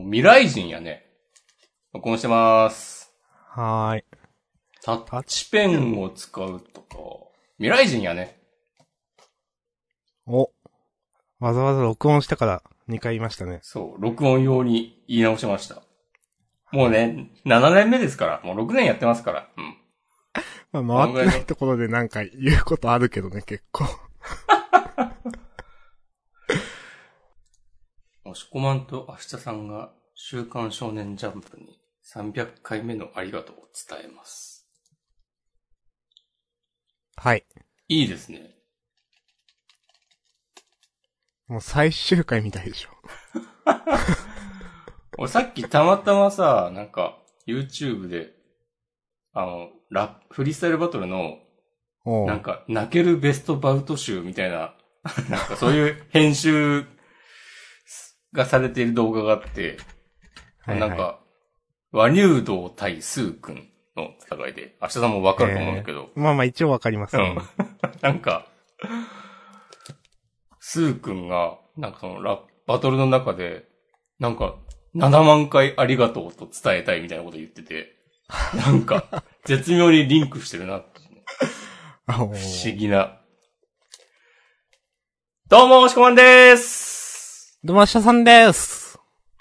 未来人やね。録音してまーす。 はーい。 タッチペンを使うとか、未来人やね。 お。わざわざ録音してから2回言いましたね。 そう、録音用に言い直しました。もうね、7年目ですから、もう6年やってますから。うん。 まあ、回ってないところでなんか言うことあるけどね、結構。 押し込まんと明日さんが週刊少年ジャンプに300回目のありがとうを伝えます。 はい。 いいですね。 もう最終回みたいでしょ。 俺さっきたまたまさ、なんか YouTube で、フリースタイルバトルの、なんか泣けるベストバウト集みたいな、なんかそういう編集がされている動画があって、はいはい、なんか、和入道対スー君の戦いで、明日さんもわかると思うんだけど。 まあまあ一応わかりますね。 なんか、スー君が、なんかそのバトルの中で、なんか、7万回ありがとうと伝えたいみたいなこと言ってて、なんか、絶妙にリンクしてるなって、ね。不思議な。どうも、おしこまんでーす。 どうも、明日さんです。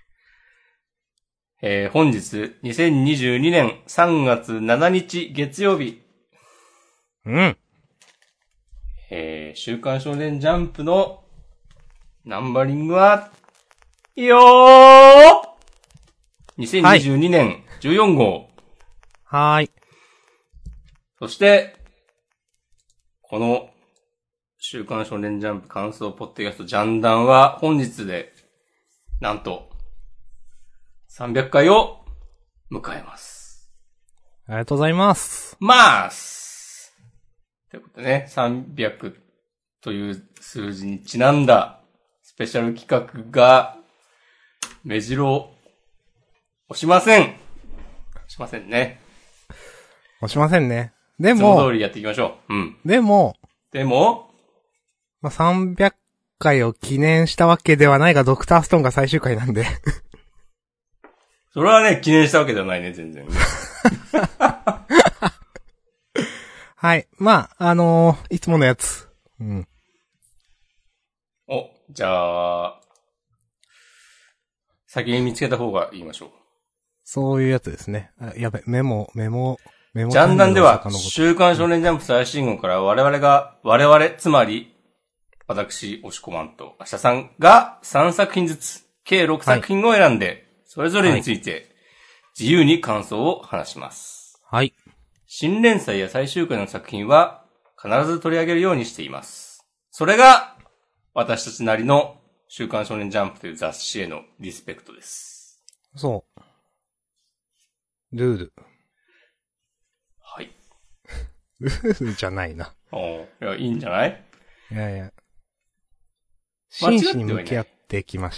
本日、2022年3月7日月曜日。 うん。 週刊少年ジャンプのナンバリングは、よー !2022 年14号。 はーい。 そして、この週刊少年ジャンプ感想ポッドキャストジャンダンは本日で、なんと、300回を迎えます。 ありがとうございます。 ということでね、300という数字にちなんだスペシャル企画が目白を押しません。押しませんね。 押しませんね。でも、 いつも通りやっていきましょう。うん。 でも、 まあ、300回を記念したわけではないが、ドクターストーンが最終回なんで。 それはね、記念したわけではないね、全然。 はい。まあ、いつものやつ。うん。 じゃあ、先に見つけた方が言いましょう。 そういうやつですね。やべ、メモ。 ジャンダンでは、週刊少年ジャンプ最新号から我々、つまり、私、押し込まんと明日さんが3作品ずつ、計6作品を選んで、はい、それぞれについて、自由に感想を話します。 はい。 新連載や最終回の作品は、必ず取り上げるようにしています。それが、私たちなりの週刊少年ジャンプという雑誌へのリスペクトです。 そう。ルール。 はい。 ルールじゃないな。 いや、いいんじゃない？ いやいや。真摯に向き合ってきました。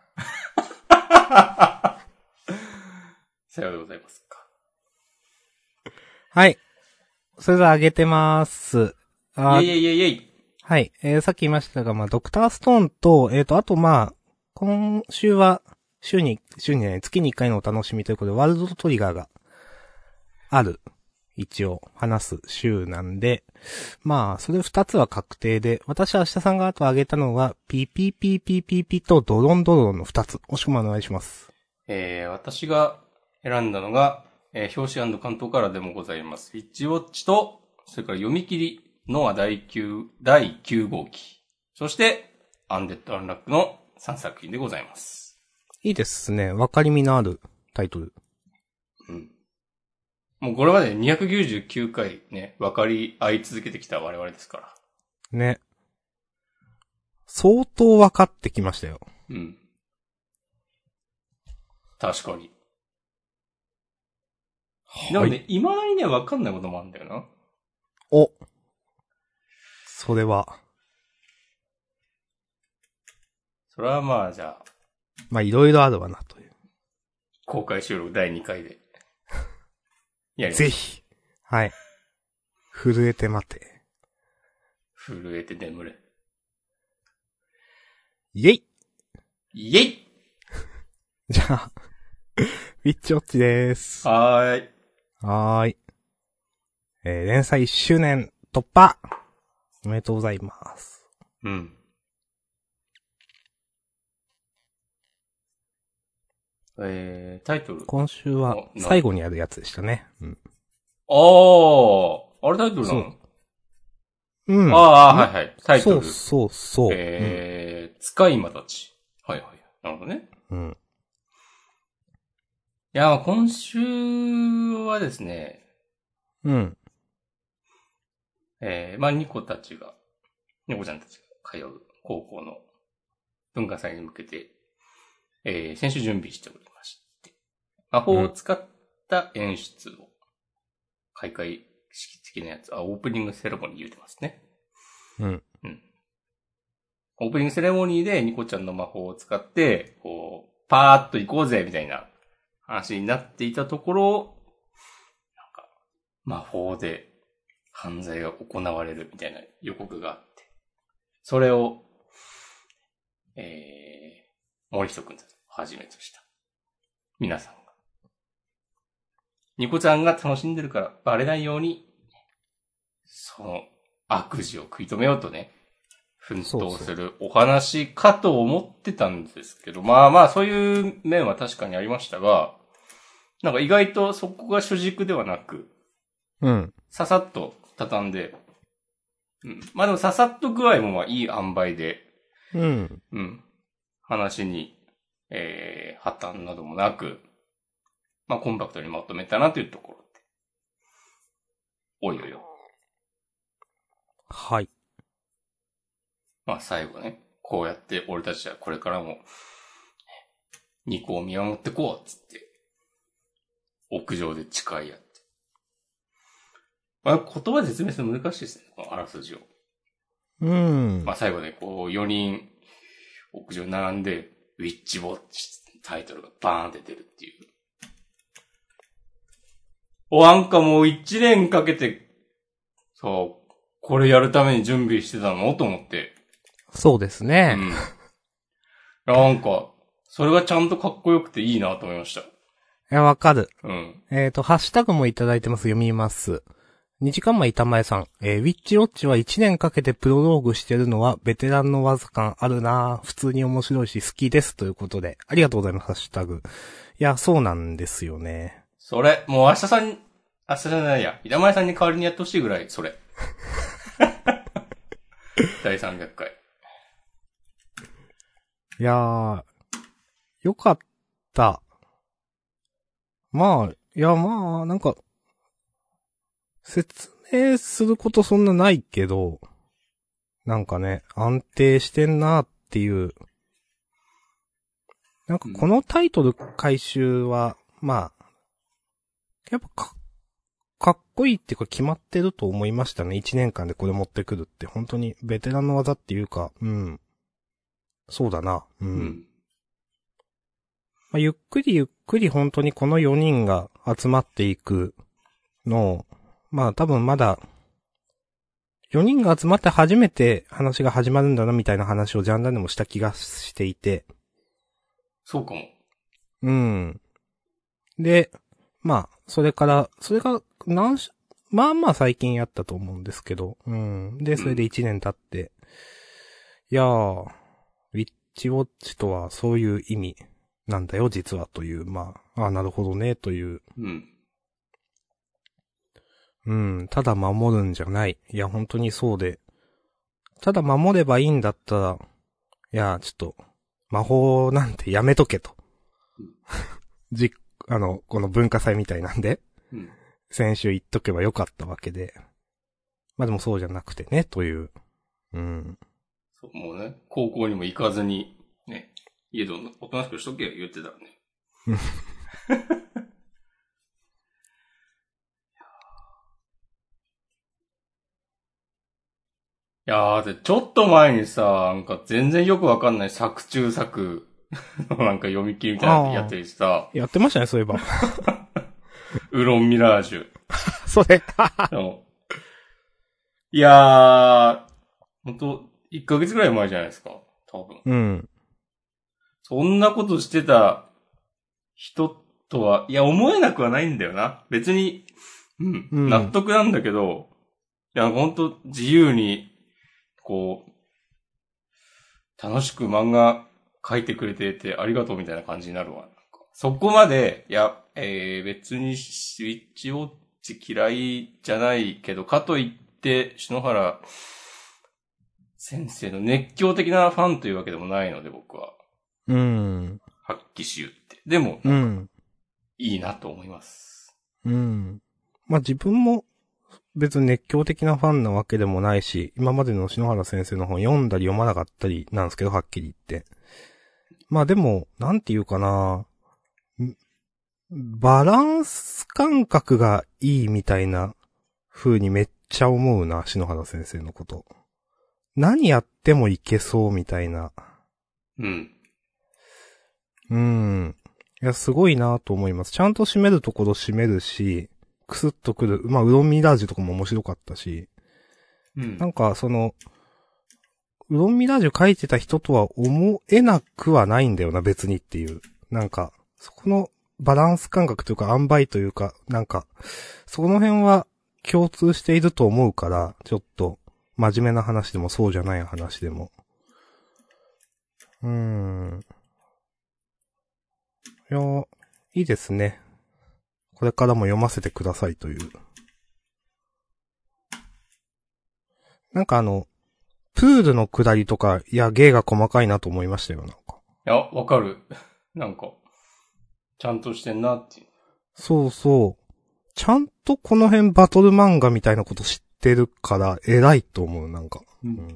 さようでございますか。 はい。それでは上げてます。 イェイ。 はい。さっき言いましたが、まあ、ドクターストーンと、あとまあ、今週は、月に1回のお楽しみということで、ワールドトリガーがある。一応、話す週なんで、まあ、それ2つは確定で、私は明日さんが後挙げたのは、ピとドロンの2つ。おしくまお願いします。 私が選んだのが、表紙関東からでもございます。ウィッチウォッチと、それから読み切り、ノア第9号機。そして、アンデッド・アンラックの3作品でございます。 いいですね。わかりみのあるタイトル。 うん。もうこれまで299回ね、分かり合い続けてきた我々ですから。 ね。相当分かってきましたよ。 うん。確かに。でもね、未だにね、分かんないこともあるんだよな。 それは。 それはまあ、じゃあ。 まあ、いろいろあるわな、という。 公開収録第2回で。やります。 ぜひ。はい。震えて待て。 震えて眠れ。 イェイじゃあ、ウィッチウォッチでーす。 はーい。 はーい。連載1周年突破おめでとうございます。 うん。タイトル。 今週は最後にやるやつでしたね。うん。 あれタイトルなの？ うん。 はいはい。タイトル。 そう。 使い魔たち。はいはい。なるほどね。 うん。 いや、今週はですね。 うん。 ニコちゃんたちが通う高校の文化祭に向けて、先週準備しておりまして、魔法を使った演出を、開会式的なやつ、オープニングセレモニー言うてますね。 うん。 オープニングセレモニーでニコちゃんの魔法を使って、こう、パーッと行こうぜ、みたいな話になっていたところ、なんか、魔法で犯罪が行われるみたいな予告があって、それを、森人くんたちをはじめとした皆さんが、ニコちゃんが楽しんでるからバレないように、その悪事を食い止めようとね、奮闘するお話かと思ってたんですけど、まあそういう面は確かにありましたが、なんか意外とそこが主軸ではなく、 うん。 ささっと畳んで、うん。まあでもささっと具合もいい塩梅で、 うん。 うん。話に、破綻などもなく、まあコンパクトにまとめたなというところで。おいおいよ。 はい。 まあ最後ね、こうやって俺たちはこれからも、ニコを見守ってこうっつって、屋上で誓い合って。まあ言葉で説明するの難しいですね、このあらすじを。 うん。 まあ最後ね、こう4人屋上に並んで、ウィッチウォッチタイトルがバーンって出るっていう。なんかもう1年かけて、そう、これやるために準備してたのと思って。 そうですね。 うん。なんか、それがちゃんとかっこよくていいなと思いました。 いや、わかる。 うん。 ハッシュタグもいただいてます。読みます。2時間前板前さん。ウィッチウォッチは1年かけてプロローグしてるのはベテランの技感あるなぁ。普通に面白いし好きです。ということで。ありがとうございます、ハッシュタグ。いや、そうなんですよね。 それ、もう明日じゃないや。板前さんに代わりにやってほしいぐらい、それ。第300回。 いやー、よかった。なんか、説明することそんなないけど、なんかね、安定してんなっていう。なんかこのタイトル回収は、まあ、やっぱかっこいいっていうか決まってると思いましたね。1年間でこれ持ってくるって本当にベテランの技っていうか、うん。そうだな。うん。まあ、ゆっくり本当にこの4人が集まっていくのを、まあ多分まだ、4人が集まって初めて話が始まるんだなみたいな話をジャンダンでもした気がしていて。 そうかも。 うん。で、まあ、それが、まあ最近やったと思うんですけど、うん。で、それで1年経って、いやー、ウィッチウォッチとはそういう意味なんだよ、実はという、まあ、なるほどね、という。 うん。 うん、ただ守るんじゃない。いや、本当にそうで。ただ守ればいいんだったら、いや、ちょっと、魔法なんてやめとけと。この文化祭みたいなんで、先週言っとけばよかったわけで。まあでもそうじゃなくてね、という。うん。 そう、もうね、高校にも行かずに、ね、家でおとなしくしとけ言ってたらね。いやー、で、ちょっと前にさ、なんか全然よくわかんない作中作のなんか読み切りみたいなのやってるしさ。 やってましたね、そういえば。 ウロンミラージュ。 それ。 いやー、ほんと、1ヶ月ぐらい前じゃないですか。多分。 うん。 そんなことしてた人とは、いや、思えなくはないんだよな。別に、納得なんだけど、いや、ほんと自由に、こう、楽しく漫画描いてくれててありがとうみたいな感じになるわ。なんかそこまで、いや、別にスイッチウォッチ嫌いじゃないけど、かといって、篠原先生の熱狂的なファンというわけでもないので、僕は。発揮し言って。でも、いいなと思います。 まあ、自分も別に熱狂的なファンなわけでもないし、今までの篠原先生の本読んだり読まなかったりなんですけど、はっきり言って。まあでも、なんていうかな、バランス感覚がいいみたいな風にめっちゃ思うな、篠原先生のこと。何やってもいけそうみたいな。いや、すごいなと思います。ちゃんと締めるところ締めるし、クスッとくる。まあ、うどんミラージュとかも面白かったし。なんか、うどんミラージュ書いてた人とは思えなくはないんだよな、別にっていう。なんか、そこのバランス感覚というか、塩梅というか、なんか、その辺は共通していると思うから、ちょっと、真面目な話でもそうじゃない話でも。いや、いいですね。これからも読ませてくださいという。なんかプールの下りとか、いや、芸が細かいなと思いましたよ、なんか。 いや、わかる。なんか、ちゃんとしてんなっていう。 そうそう。ちゃんとこの辺バトル漫画みたいなこと知ってるから、偉いと思う、なんか。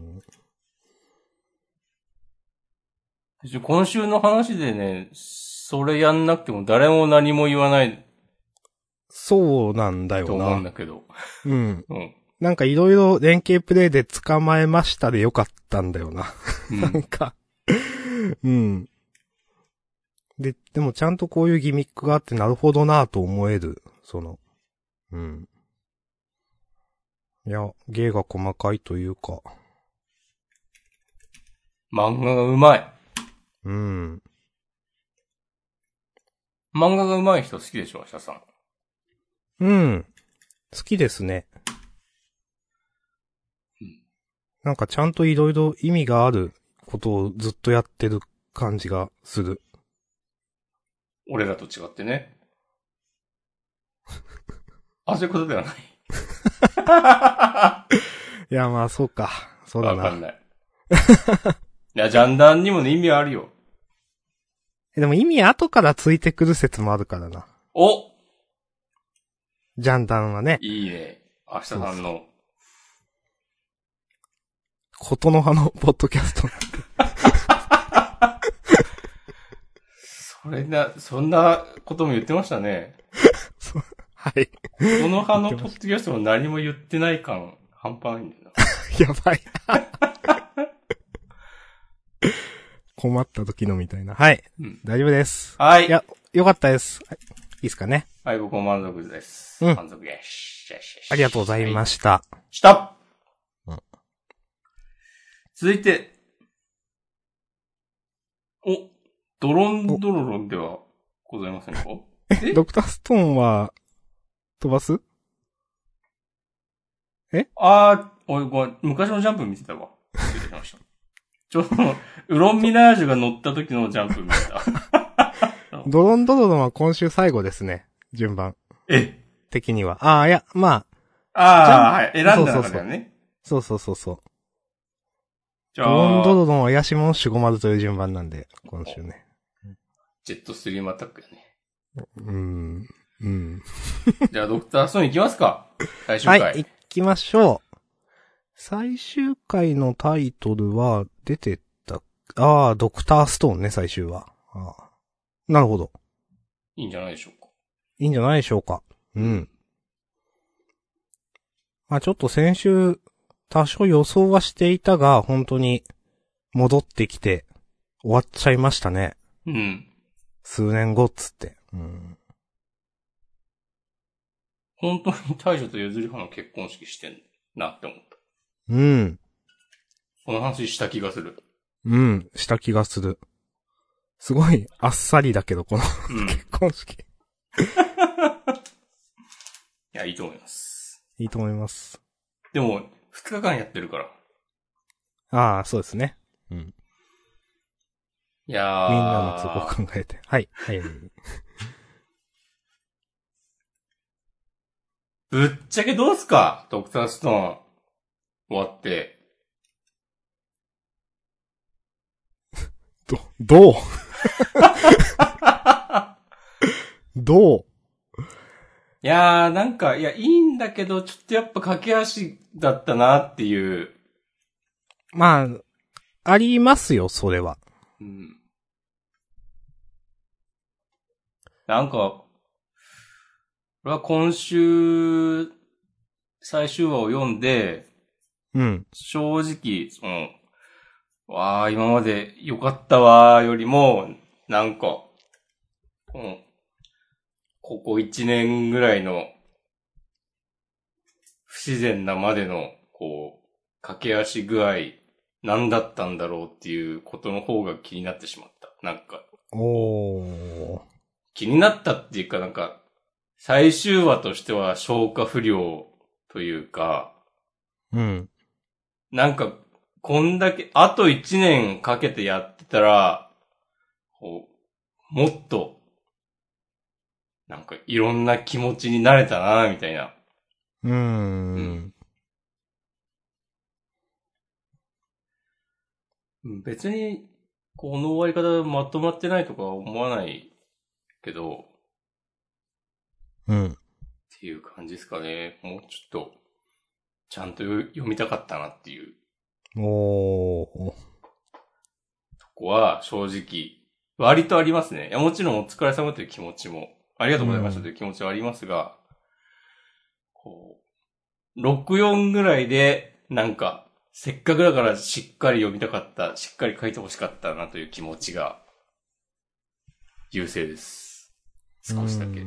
今週の話でね、それやんなくても誰も何も言わない。 そうなんだよな。 と思うんだけど。 なんかいろいろ連携プレイで捕まえましたでよかったんだよな。なんかでもちゃんとこういうギミックがあってなるほどなぁと思える。いや、芸が細かいというか。 漫画がうまい。 漫画がうまい人好きでしょ、明日さん。好きですね。なんかちゃんといろいろ意味があることをずっとやってる感じがする。 俺らと違ってね。そういうことではない。 いや、まあそうか。そうだな。 わかんない。いや、ジャンダンにもね、意味あるよ。 でも意味後からついてくる説もあるからな。ジャンダンはね。 いいね。明日さんの。 ことの葉のポッドキャストそんなことも言ってましたね。 はい。 この葉のポッドキャストも何も言ってない感、半端ないんだよな。 やばい。困った時のみたいな。はい。大丈夫です。 はい。 いや、よかったです。はい、いいですかね。 はい、僕も満足です。満足です。 ありがとうございました。 続いて、ドロンドロロンではございませんか？ ドクターストーンは、飛ばす？ 俺、昔のジャンプ見てたわ。失礼しました。ウロンミラージュが乗った時のジャンプ見た。 ドロンドロロンは今週最後ですね。順番。的には。いや、まあ。 はい。選んだ中だよね。 そう。ドロンドロロンはヤシモンシュゴマルという順番なんで、今週ね。 ジェットストリームアタックやね。じゃあ、ドクターストーン行きますか。最終回。 はい、行きましょう。最終回のタイトルは出てた。ドクターストーンね、最終は。なるほど。 いいんじゃないでしょうか。 いいんじゃないでしょうか。まあちょっと先週、多少予想はしていたが、本当に戻ってきて終わっちゃいましたね。数年後っつって。 本当に大将とゆずりはの結婚式してんなって思った。この話した気がする。 した気がする。 すごいあっさりだけど、このうん。い結婚式。 や、いいと思います。 いいと思います。 でも、2日間やってるから。 ああ、そうですね。うん。 いやみんなの都合をー、 考えて。はい。はい。 ぶっちゃけどうすかドクターストーン終わって。 どうどういやー、なんか、いや、いいんだけど、ちょっとやっぱ駆け足だったなっていう。 まあ、ありますよ、それは。 うん。なんか、俺は今週、最終話を読んで、 うん。 正直、わー、今まで良かったわーよりも、なんか、うん、ここ1年ぐらいの不自然なまでの、駆け足具合、何だったんだろうっていうことの方が気になってしまった。なんか、 おー。 気になったっていうかなんか、最終話としては消化不良というか、 うん。 なんか、こんだけ、あと1年かけてやってたら、もっと、なんかいろんな気持ちになれたな、みたいな。 うーうん。 ん。 別に、この終わり方まとまってないとかは思わないけど、 うん。 っていう感じですかね。もうちょっと、ちゃんと読みたかったなっていうおー。 とこは、正直、割とありますね。いや、もちろんお疲れ様という気持ちも、ありがとうございましたという気持ちはありますが、64ぐらいで、なんか、せっかくだからしっかり読みたかった、しっかり書いてほしかったなという気持ちが、優勢です。少しだけ。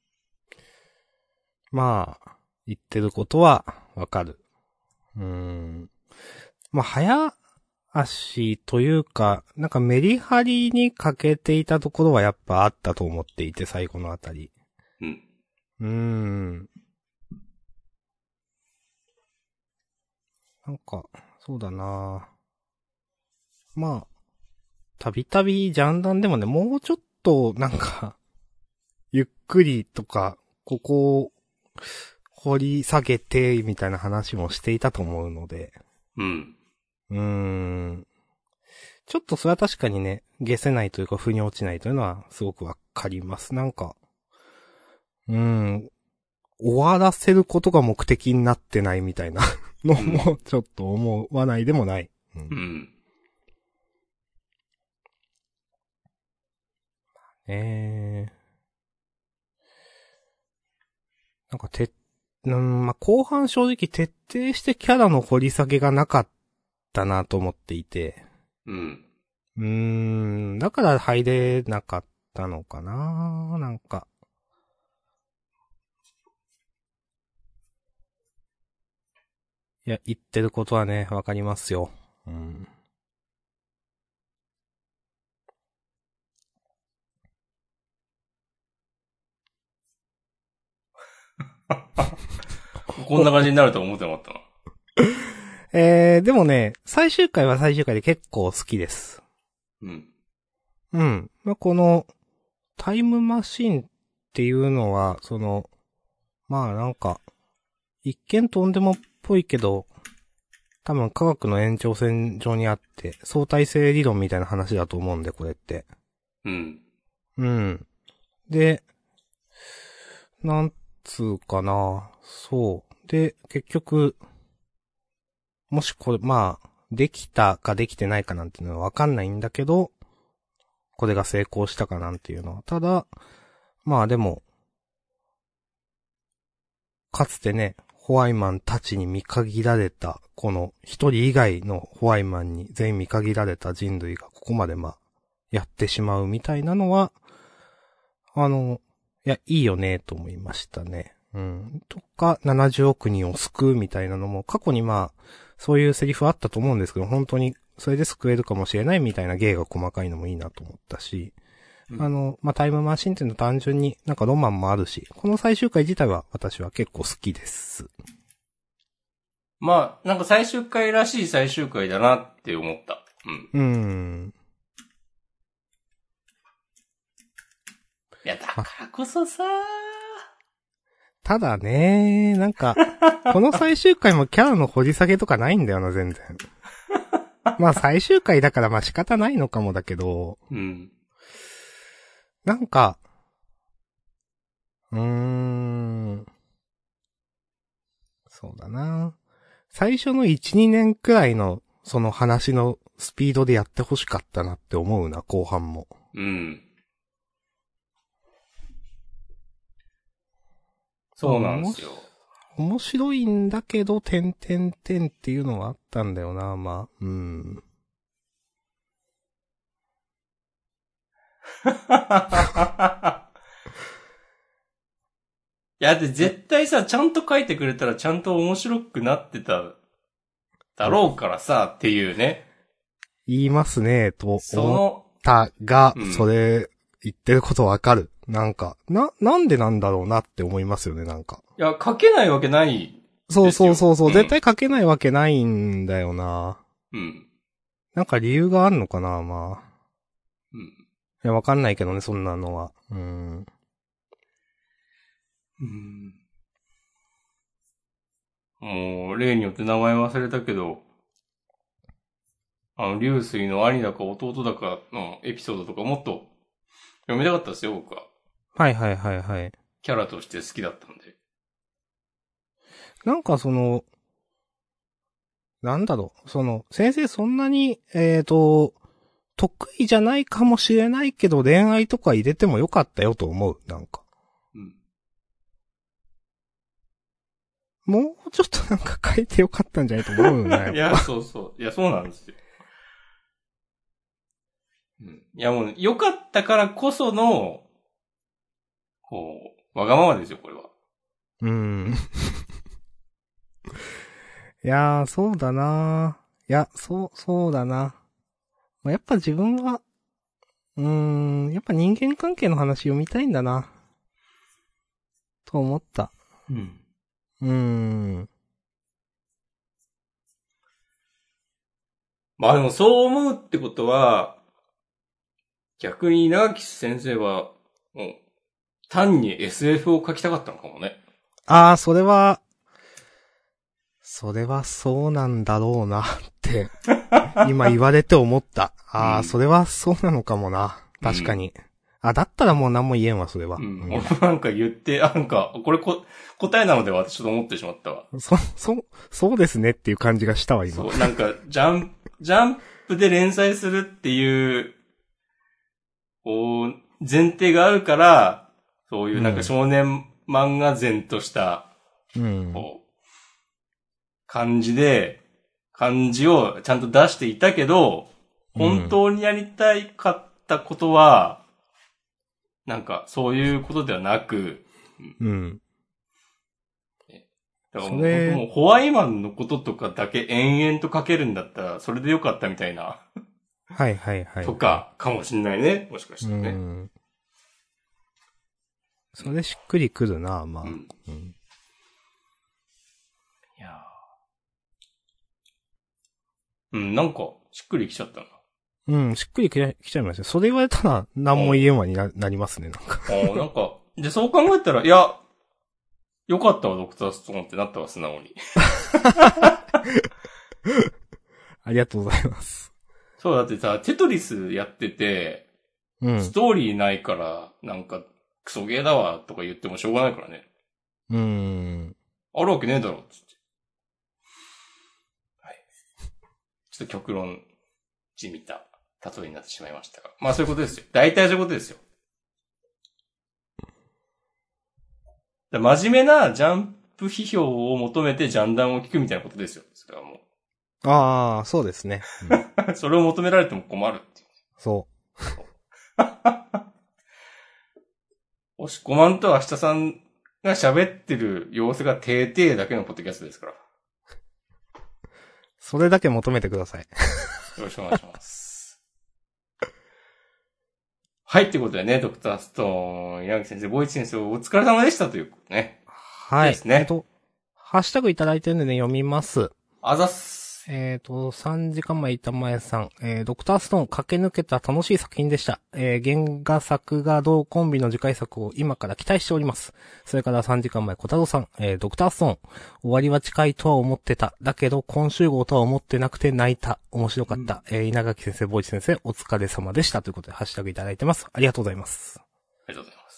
まあ、言ってることはわかる。まあ、早足というか、なんかメリハリに欠けていたところはやっぱあったと思っていて、最後のあたり。 うん。 なんか、そうだなまあ、たびたびジャンダンでもね、もうちょっと、なんか、ゆっくりとか、ここを掘り下げて、みたいな話もしていたと思うので。 うん。 ちょっとそれは確かにね、消せないというか、腑に落ちないというのは、すごくわかります。なんか、終わらせることが目的になってないみたいなのも、ちょっと思わないでもない。 うん。 なんかまあ、後半正直徹底してキャラの掘り下げがなかったなと思っていて。 うん。 だから入れなかったのかななんか。いや、言ってることはね、わかりますよ。 こんな感じになるとは思ってなかったな。 でもね、最終回は最終回で結構好きです。 うん。 まあ、この、タイムマシンっていうのは、まあなんか、一見とんでもっぽいけど、多分科学の延長線上にあって、相対性理論みたいな話だと思うんで、これって。 うん。 で、なんつうかな、そう。で、結局、もしこれ、まあ、できたかできてないかなんていうのはわかんないんだけど、これが成功したかなんていうのは。ただ、まあでも、かつてね、ホワイマンたちに見限られた、この一人以外のホワイマンに全員見限られた人類がここまでやってしまうみたいなのは、いや、いいよね、と思いましたね。とか、70億人を救うみたいなのも、過去にそういうセリフあったと思うんですけど、本当にそれで救えるかもしれないみたいな芸が細かいのもいいなと思ったし、タイムマシンっていうのは単純になんかロマンもあるし、この最終回自体は私は結構好きです。 まあ、なんか最終回らしい最終回だなって思った。いや、だからこそさただね、なんか、この最終回もキャラの掘り下げとかないんだよな、全然。まあ最終回だからまあ仕方ないのかもだけど、なんか、そうだな。最初の1、2年くらいのその話のスピードでやってほしかったなって思うな、後半も。 そうなんですよ。 面白いんだけど、点っていうのがあったんだよな、まあ、 いや、で、絶対さ、ちゃんと書いてくれたらちゃんと面白くなってた、だろうからさ、っていうね。 言いますね、と思ったが、それ、言ってることわかる。なんか、なんでなんだろうなって思いますよね、なんか。 いや、書けないわけない。 そう、絶対書けないわけないんだよな。なんか理由があるのかな、まあ。いや、わかんないけどね、そんなのは。 もう、例によって名前忘れたけど、流水の兄だか弟だかのエピソードとかもっと読みたかったですよ、僕は。 はい。 キャラとして好きだったんで。 なんかなんだろう、先生そんなに、得意じゃないかもしれないけど、恋愛とか入れてもよかったよと思う、なんか。もうちょっとなんか書いてよかったんじゃないと思うね。 いや、そう。いや、そうなんですよ。いや、もう、良かったからこその、わがままですよ、これは。 いやー、そうだないや、そうだな。やっぱ自分は、やっぱ人間関係の話読みたいんだな。と思った。 まあでもそう思うってことは、逆に稲垣先生は、もう、単に SF を書きたかったのかもね。 それはそうなんだろうなって、今言われて思った。それはそうなのかもな。確かに。だったらもう何も言えんわ、それは。 俺もなんか言って、なんか、これ答えなのではってちょっと思ってしまったわ。 そうですねっていう感じがしたわ、今。 そう、なんか、ジャンプで連載するっていう、前提があるから、そういうなんか少年漫画前とした、漢字をちゃんと出していたけど、本当にやりたいかったことは、なんかそういうことではなく、だからもうホワイマンのこととかだけ延々と書けるんだったら、それでよかったみたいな。 はい。 とか、かもしんないね。もしかしたらね。 それしっくりくるな、まあ。いやなんか、しっくりきちゃったな。しっくりきちゃいました。それ言われたら、何も言えんわになりますね、なんか。 なんか、で、そう考えたら、いや、よかったわ、ドクターストーンってなったわ、素直に。 ありがとうございます。 そう、だってさ、テトリスやってて、ストーリーないから、なんか、クソゲーだわ、とか言ってもしょうがないからね。あるわけねえだろ、つって。はい。ちょっと極論じみた例えになってしまいましたが。まあそういうことですよ。大体そういうことですよ。真面目なジャンプ批評を求めてジャンダンを聞くみたいなことですよ。それはもう。そうですね。 それを求められても困るっていう。 そう。 おしこまんと明日さんが喋ってる様子がてーてーだけのポッドキャストですから。 それだけ求めてください。 よろしくお願いします。はい、ってことでね、ドクターストーン、稲垣先生、ボイチ先生、お疲れ様でしたということね。 はい。 ですね。 ハッシュタグいただいてるんでね、読みます。 あざっす。 3時間前、板前さん。ドクターストーン駆け抜けた楽しい作品でした。原画作画同コンビの次回作を今から期待しております。それから3時間前、小太郎さん。ドクターストーン。終わりは近いとは思ってた。だけど、今週号とは思ってなくて泣いた。面白かった。稲垣先生、ボイチ先生、お疲れ様でした。ということで、ハッシュタグいただいてます。ありがとうございます。 ありがとうございます。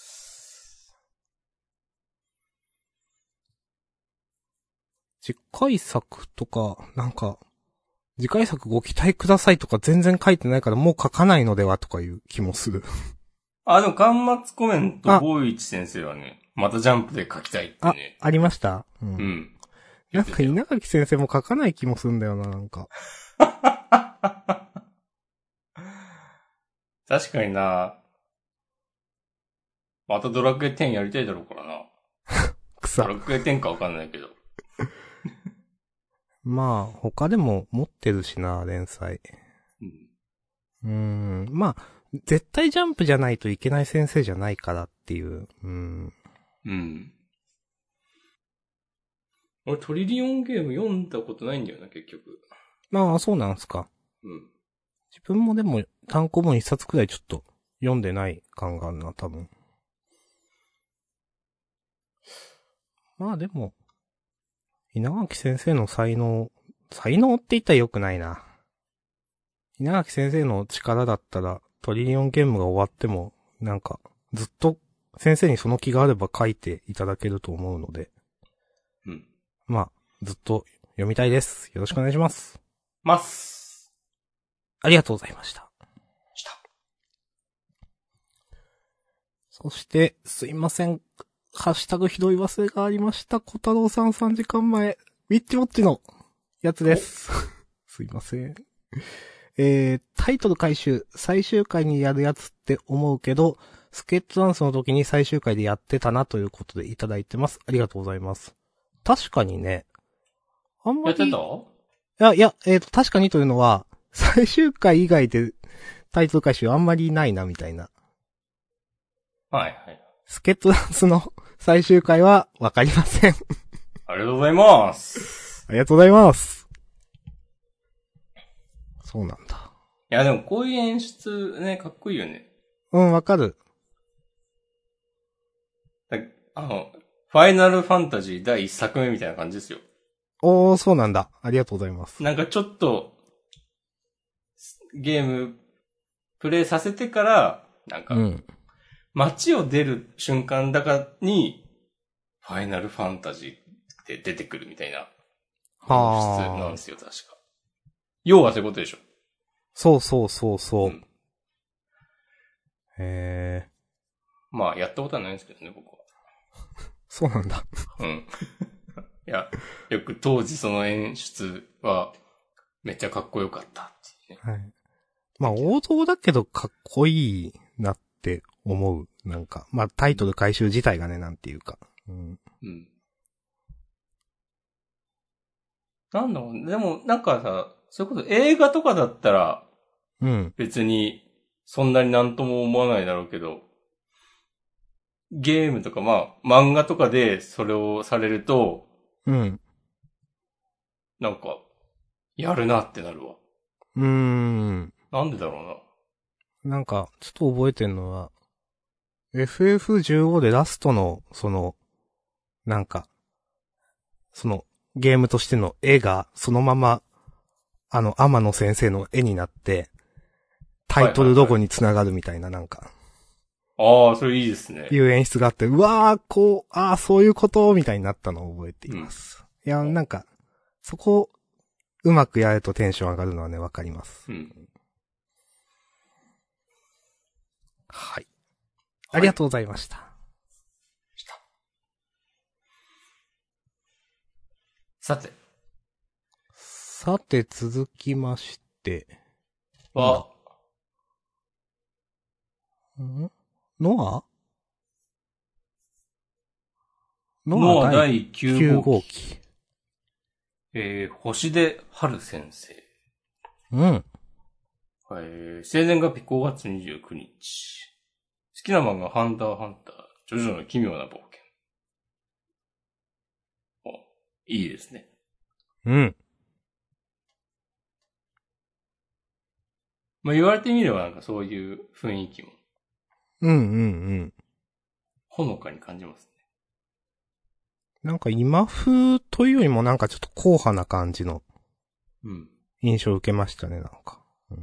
次回作とか、なんか、次回作ご期待くださいとか全然書いてないからもう書かないのではとかいう気もする。 あ、でも、端末コメント、ボイチ先生はね、またジャンプで書きたいってね。 ありました？ うん。 なんか稲垣先生も書かない気もするんだよな、なんか。 確かにな。またドラクエ10やりたいだろうからな。ドラクエ10かわかんないけど。 まあ、他でも持ってるしな、連載。まあ、絶対ジャンプじゃないといけない先生じゃないからっていう。 俺トリリオンゲーム読んだことないんだよな、結局。 まあ、そうなんすか。自分もでも単行本一冊くらいちょっと読んでない感があるな、多分。まあでも、稲垣先生の才能って言ったら良くないな。稲垣先生の力だったら、トリリオンゲームが終わっても、なんか、ずっと先生にその気があれば書いていただけると思うので。まあ、ずっと読みたいです。よろしくお願いします。ありがとうございました。そして、すいません。ハッシュタグひどい忘れがありました。小太郎さん3時間前、ウィッチウォッチのやつです。すいません。タイトル回収、最終回にやるやつって思うけど、スケッチダンスの時に最終回でやってたなということでいただいてます。ありがとうございます。確かにね、あんまり。 やってた？ いや、確かにというのは、最終回以外でタイトル回収あんまりないなみたいな。 はいはい。 スケットダンスの最終回はわかりません。 ありがとうございます。 ありがとうございます。そうなんだ。 いやでもこういう演出ね、かっこいいよね。 わかる。 ファイナルファンタジー第1作目みたいな感じですよ。 そうなんだ。ありがとうございます。 なんかちょっと、ゲーム、プレイさせてから、なんか、街を出る瞬間だかに、ファイナルファンタジーって出てくるみたいな、演出なんですよ、確か。要はそういうことでしょ。 そう。 まあ、やったことはないんですけどね、僕は。 そうなんだ。 いや、よく当時その演出は、めっちゃかっこよかったっていうね。 はい。まあ、王道だけどかっこいいなって思う。なんか、まあ、タイトル回収自体がね、なんていうか。 なんだろう、でも、なんかさ、そういうこと、映画とかだったら、別に、そんなになんとも思わないだろうけど、ゲームとか、まあ、漫画とかでそれをされると、なんか、やるなってなるわ。なんでだろうな。なんか、ちょっと覚えてんのは、FF15 でラストの、なんか、ゲームとしての絵が、そのまま、天野先生の絵になって、タイトルロゴにつながるみたいな、なんか。 ああ、それいいですね。 いう演出があって、うわー、そういうことみたいになったのを覚えています。いや、なんか、そこ、うまくやるとテンション上がるのはね、わかります。はい。ありがとうございました。 さて、 続きまして。 は、 ノア第9号機。星出春先生。 生年月日5月29日。好きな漫画、ハンターハンター、ジョジョの奇妙な冒険。いいですね。 うん。 まあ言われてみればなんかそういう雰囲気も。 うんうんうん。 ほのかに感じますね。 なんか今風というよりもなんかちょっと硬派な感じの印象を受けましたね、なんか。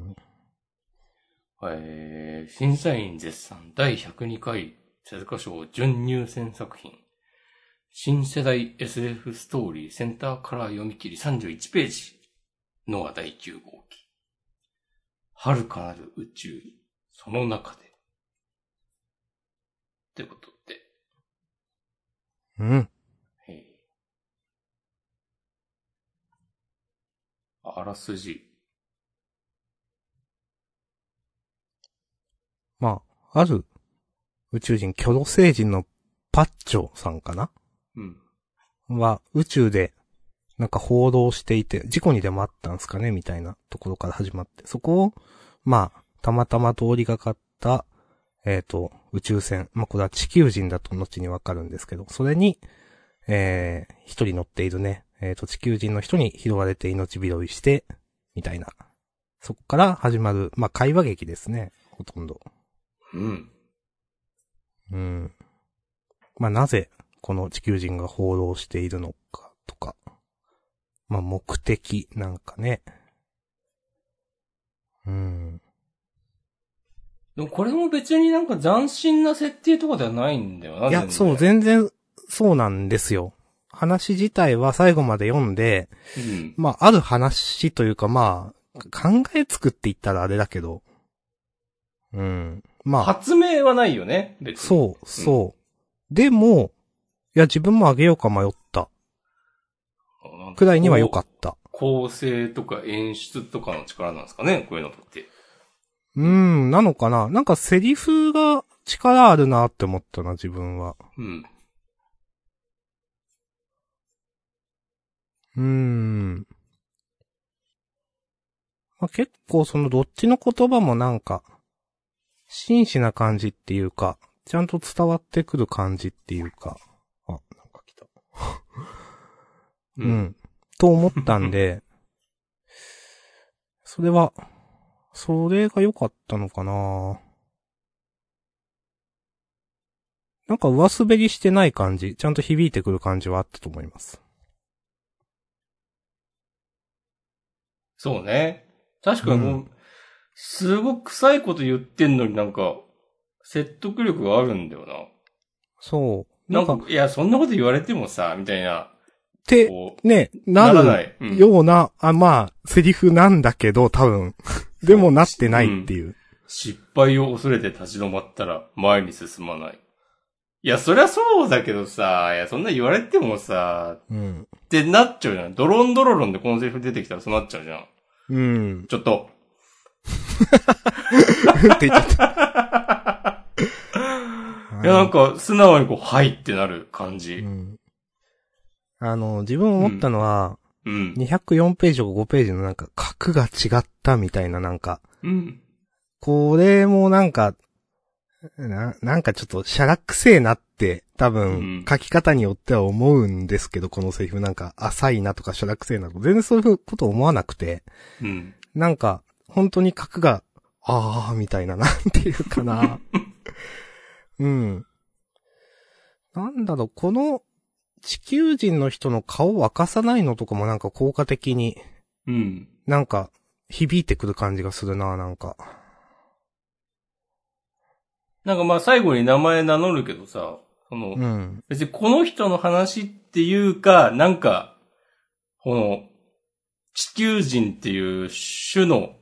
審査員絶賛第102回手塚賞準入選作品。新世代 SF ストーリーセンターカラー読み切り31ページ。ノア第9号機。遥かなる宇宙、その中で。ってことで。 うん。 あらすじ。 まあ、ある宇宙人、巨土星人のパッチョさんかなは、宇宙で、なんか報道していて、事故にでもあったんすかねみたいなところから始まって、そこを、まあ、たまたま通りがかった、宇宙船。まあ、これは地球人だと後にわかるんですけど、それに、一人乗っているね、地球人の人に拾われて命拾いして、みたいな。そこから始まる、まあ、会話劇ですね。ほとんど。まあ、なぜ、この地球人が放浪しているのかとか。まあ、目的なんかね。 でもこれも別になんか斬新な設定とかではないんだよな。 いや、そう、全然、そうなんですよ。話自体は最後まで読んで、まあ、ある話というか、まあ、考えつくって言ったらあれだけど、まあ。 発明はないよね、別に。 そう。でも、いや、自分もあげようか迷った。くらいには良かった。 構成とか演出とかの力なんですかね、こういうのって。 なのかな。なんかセリフが力あるなって思ったな、自分は。まあ、結構そのどっちの言葉もなんか、真摯な感じっていうか、ちゃんと伝わってくる感じっていうか、なんか来た。と思ったんで、それが良かったのかな。なんか上滑りしてない感じ、ちゃんと響いてくる感じはあったと思います。 そうね。確かにもう、すごく臭いこと言ってんのになんか、説得力があるんだよな。 そう。 なんか、いや、そんなこと言われてもさ、みたいな。 って、ね、なるような、まあ、セリフなんだけど、多分。でもなってないっていう。 失敗を恐れて立ち止まったら前に進まない。いや、そりゃそうだけどさ、いや、そんな言われてもさ、ってなっちゃうじゃん。ドロンドロロンでこのセリフ出てきたらそうなっちゃうじゃん。ちょっと。って言っちゃった。いや、なんか、素直にはいってなる感じ。 自分思ったのは、204ページとか5ページのなんか、格が違ったみたいななんか、これもなんか、なんかちょっと、しゃらくせえなって、多分、書き方によっては思うんですけど、このセリフなんか、浅いなとか、しゃらくせえなとか、全然そういうこと思わなくて、なんか、本当に格が、みたいな、なんていうかな。なんだろう、この、地球人の人の顔を明かさないのとかもなんか効果的に、なんか、響いてくる感じがするな、なんか。 なんかまあ最後に名前名乗るけどさ、別にこの人の話っていうか、なんか、この、地球人っていう種の、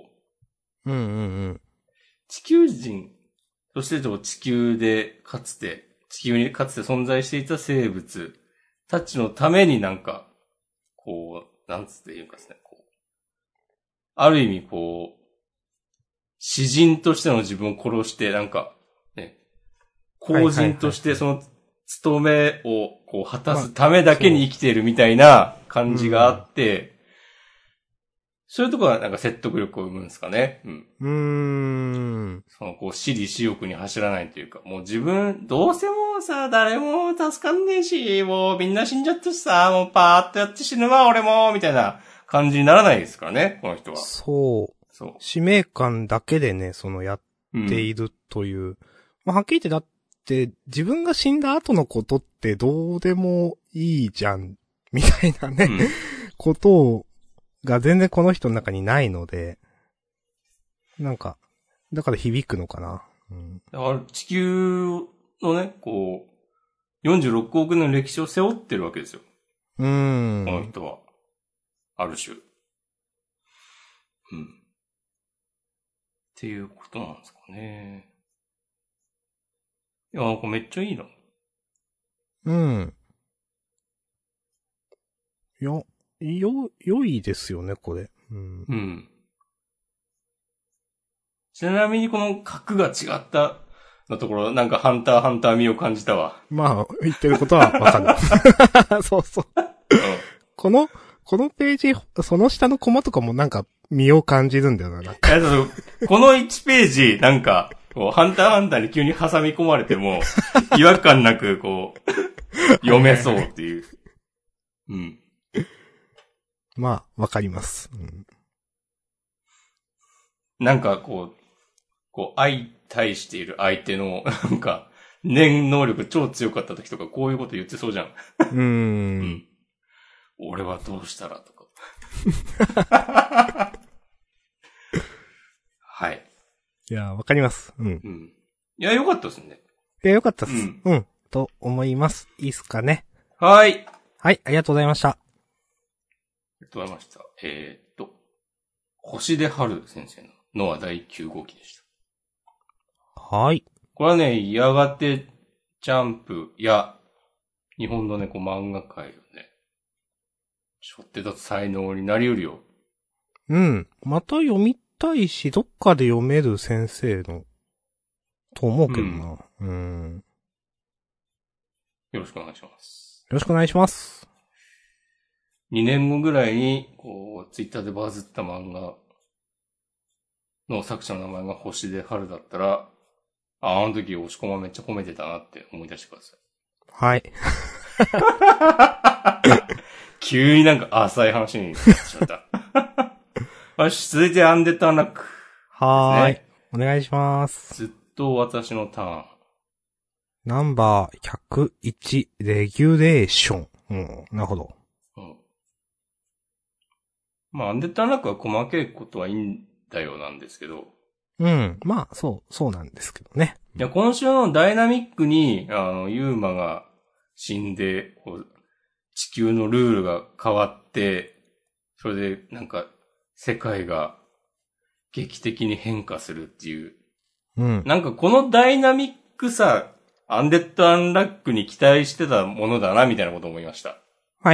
地球人、そして地球にかつて存在していた生物たちのためになんか、なんつって言うんかですね、ある意味詩人としての自分を殺して、なんか、ね、公人としてその務めを果たすためだけに生きているみたいな感じがあって、 そういうところはなんか説得力を生むんですかね。うん。 そのこう、私利私欲に走らないというか、もう自分、どうせもうさ、誰も助かんねえし、もうみんな死んじゃってさ、もうパーッとやって死ぬわ、俺も、みたいな感じにならないですからね、この人は。 そう。 そう。 使命感だけでね、やっているという。まあ、はっきり言ってだって、自分が死んだ後のことってどうでもいいじゃん、みたいなね、ことが全然この人の中にないので、なんか、だから響くのかな。 だから地球のね、こう、46億年の歴史を背負ってるわけですよ。この人は。ある種。っていうことなんですかね。いや、なんかめっちゃいいな。 良いですよね、これ。 ちなみにこの格が違ったのところ、なんかハンター味を感じたわ。 まあ、言ってることはわかる。そうそう。このページ、その下のコマとかもなんか身を感じるんだよな、なんか。 この1ページ、なんか、こう、ハンターに急に挟み込まれても、違和感なく、こう、読めそうっていう。 まあ、わかります。 なんかこう、相対している相手の、なんか、念能力超強かった時とか、こういうこと言ってそうじゃん。俺はどうしたらとか。はい。 いや、わかります。 いや、よかったですね。 いや、よかったです。と思います。いいっすかね。 はい。 はい、ありがとうございました。 ありがとうございました。星出春先生のノア第9号機でした。 はい。 これはね、やがてジャンプや日本のね、こう漫画界をね、背負って立つ才能になりうるよ。 また読みたいし、どっかで読める先生の、と思うけどな。 よろしくお願いします。 よろしくお願いします。 2年後ぐらいに、こう、ツイッターでバズった漫画の作者の名前が星出春だったら、あの時押し込まめっちゃ褒めてたなって思い出してください。 はい。 急になんか浅い話になっちゃった。よし、続いてアンデッドアンラック、ね。 はーい。お願いします。 ずっと私のターン。 ナンバー101、レギュレーション。なるほど。 まあ、アンデッドアンラックは細けいことはいいんだよなんですけど。 まあ、そうなんですけどね。 いや、今週のダイナミックに、ユーマが死んで、こう、地球のルールが変わって、それで、なんか、世界が劇的に変化するっていう。なんかこのダイナミックさ、アンデッドアンラックに期待してたものだな、みたいなことを思いました。 はい。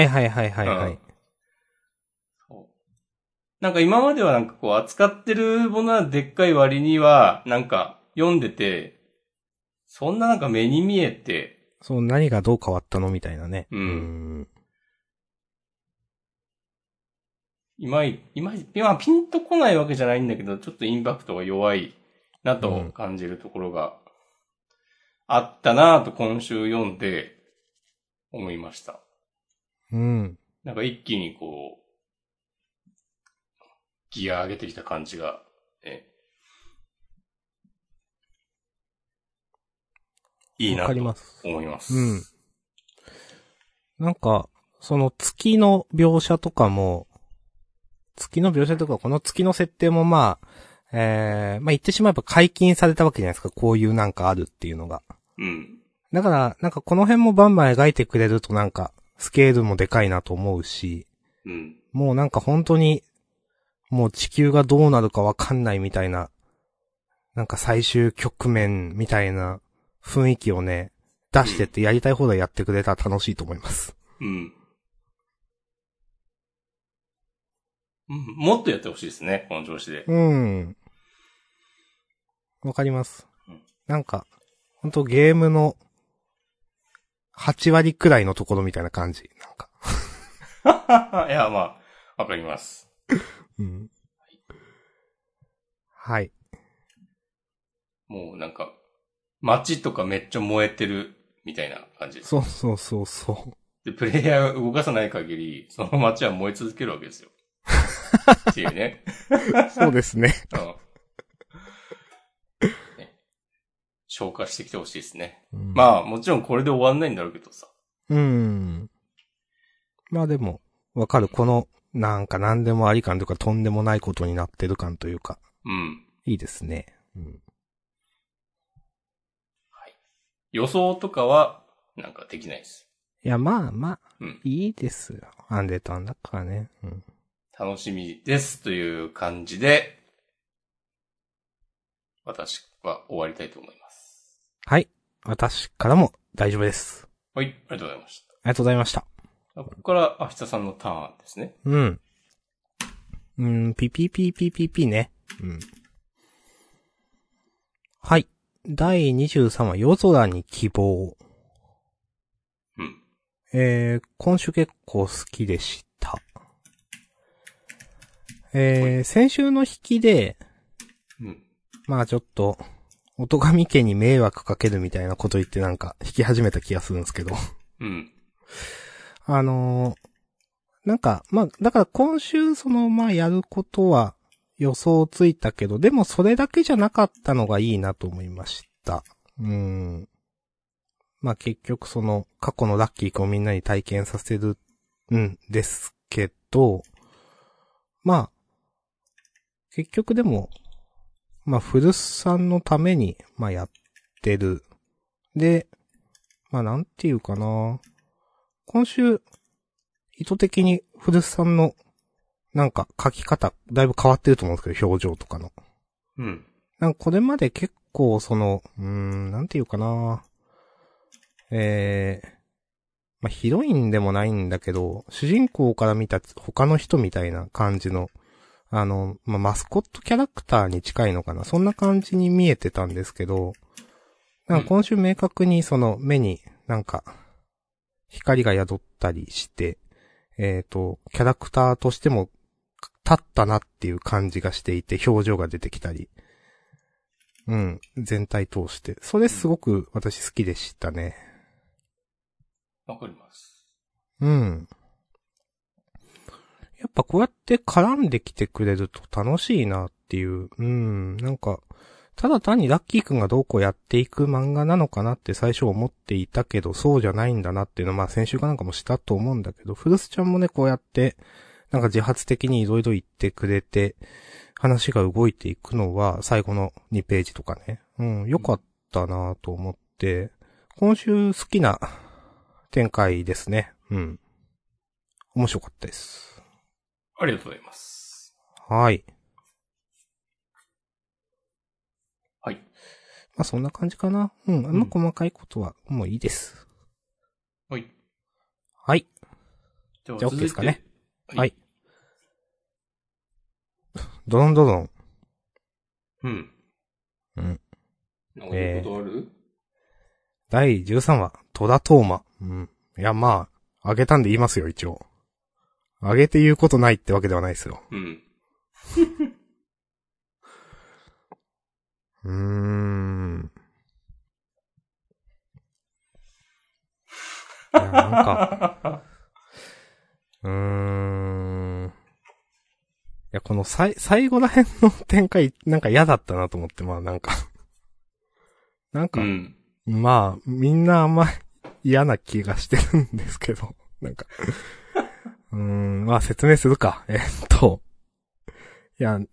なんか今まではなんかこう扱ってるものはでっかい割には、なんか読んでて、そんななんか目に見えて。 そう、何がどう変わったのみたいなね。 今ピンとこないわけじゃないんだけど、ちょっとインパクトが弱いなと感じるところがあったなぁと今週読んで思いました。なんか一気にこう、ギア上げてきた感じが、ね、いいなと思います。 なんか、その月の描写とかも、この月の設定もまあ、言ってしまえば解禁されたわけじゃないですか。こういうなんかあるっていうのが。だから、なんかこの辺もバンバン描いてくれるとなんか、スケールもでかいなと思うし、もうなんか本当に、もう地球がどうなるかわかんないみたいな、なんか最終局面みたいな雰囲気をね、出してってやりたい放題やってくれたら楽しいと思います。 もっとやってほしいですね、この調子で。 わかります。なんか、ほんとゲームの8割くらいのところみたいな感じ。なんか。 いや、まあ、わかります。 うん。はい。 もうなんか、街とかめっちゃ燃えてるみたいな感じです。 そうそうそうそう。 で、プレイヤーを動かさない限り、その街は燃え続けるわけですよ。っていうね。 そうですね。 うん。ね、消化してきてほしいですね。 うん、 まあ、もちろんこれで終わんないんだろうけどさ。 まあでも、わかる。この、なんか何でもあり感というかとんでもないことになってる感というか。 うん。 いいですね。うん。 はい。予想とかは、なんかできないです。 いや、まあまあ、 うん。 いいですよ。アンデータンだからね。うん。 楽しみですという感じで、私は終わりたいと思います。 はい。私からも大丈夫です。 はい、ありがとうございました。 ありがとうございました。 ここから、秋田さんのターンですね。 うん。ピピピピピピね。うん。はい。第23話、夜空に希望。 うん。 今週結構好きでした。先週の引きで、 うん。 まあちょっと、音神家に迷惑かけるみたいなこと言ってなんか引き始めた気がするんですけど。 うん。 なんか、まあ、だから今週まあやることは予想ついたけど、でもそれだけじゃなかったのがいいなと思いました。まあ結局過去のラッキー君をみんなに体験させるんですけど、まあ、結局でも、まあ古巣さんのために、まあやってる。で、まあなんていうかな。今週、意図的に古巣さんの、なんか書き方、だいぶ変わってると思うんですけど、表情とかの。 うん。 なんかこれまで結構なんていうかな。まあ、ヒロインでもないんだけど、主人公から見た他の人みたいな感じの、まあ、マスコットキャラクターに近いのかな。そんな感じに見えてたんですけど、なんか今週明確に目になんか、光が宿ったりして、キャラクターとしても立ったなっていう感じがしていて、表情が出てきたり。うん、全体通して。それすごく私好きでしたね。 わかります。 うん。やっぱこうやって絡んできてくれると楽しいなっていう。なんか、ただ単にラッキーくんがどうこうやっていく漫画なのかなって最初思っていたけど、そうじゃないんだなっていうのはまあ先週かなんかもしたと思うんだけど、フルスちゃんもね、こうやって、なんか自発的にいろいろ言ってくれて、話が動いていくのは最後の2ページとかね。良かったなと思って、今週好きな展開ですね。面白かったです。 ありがとうございます。 はい。 はい。 まあそんな感じかな。あんま細かいことはもういいです。 はい。 はい。 じゃあ OK ですかね。 はい。 ドロンドロン。 うん。なんか言うことある？ 第13話、戸田東馬。いや、まあ、あげたんで言いますよ、一応。あげて言うことないってわけではないですよ。いや、なんか、いや、この最後ら辺の展開、なんか嫌だったなと思って、まあなんかまあ、みんなあんま嫌な気がしてるんですけど、なんかまあ説明するか。いや、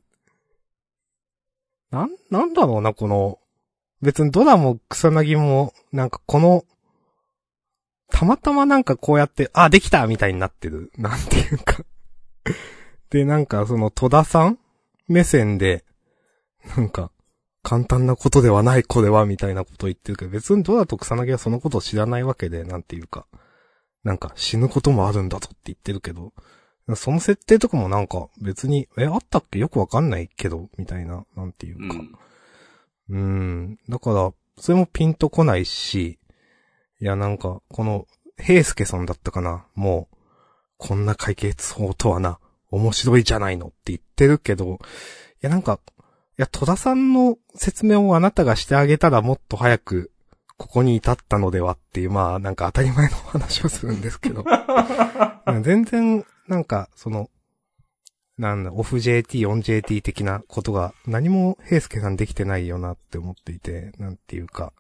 なんだろうな、別にドラも草薙も、なんかたまたまなんかこうやって、あ、できたみたいになってる。なんていうかで、なんか戸田さん目線で、なんか、簡単なことではない、これは、みたいなことを言ってるけど、別にドラと草薙はそのことを知らないわけで、なんていうか、なんか死ぬこともあるんだぞって言ってるけど、その設定とかもなんか別に、あったっけよくわかんないけど、みたいな、なんていうか。だから、それもピンとこないし、いやなんか、平介さんだったかなもう、こんな解決法とはな、 面白いじゃないのって言ってるけど、いやなんか、いや戸田さんの説明をあなたがしてあげたらもっと早くここに至ったのではっていう、まあなんか当たり前の話をするんですけど。全然、なんか、なんだ、オフ JT、オン JT 的なことが何も平介さんできてないよなって思っていて、なんていうか、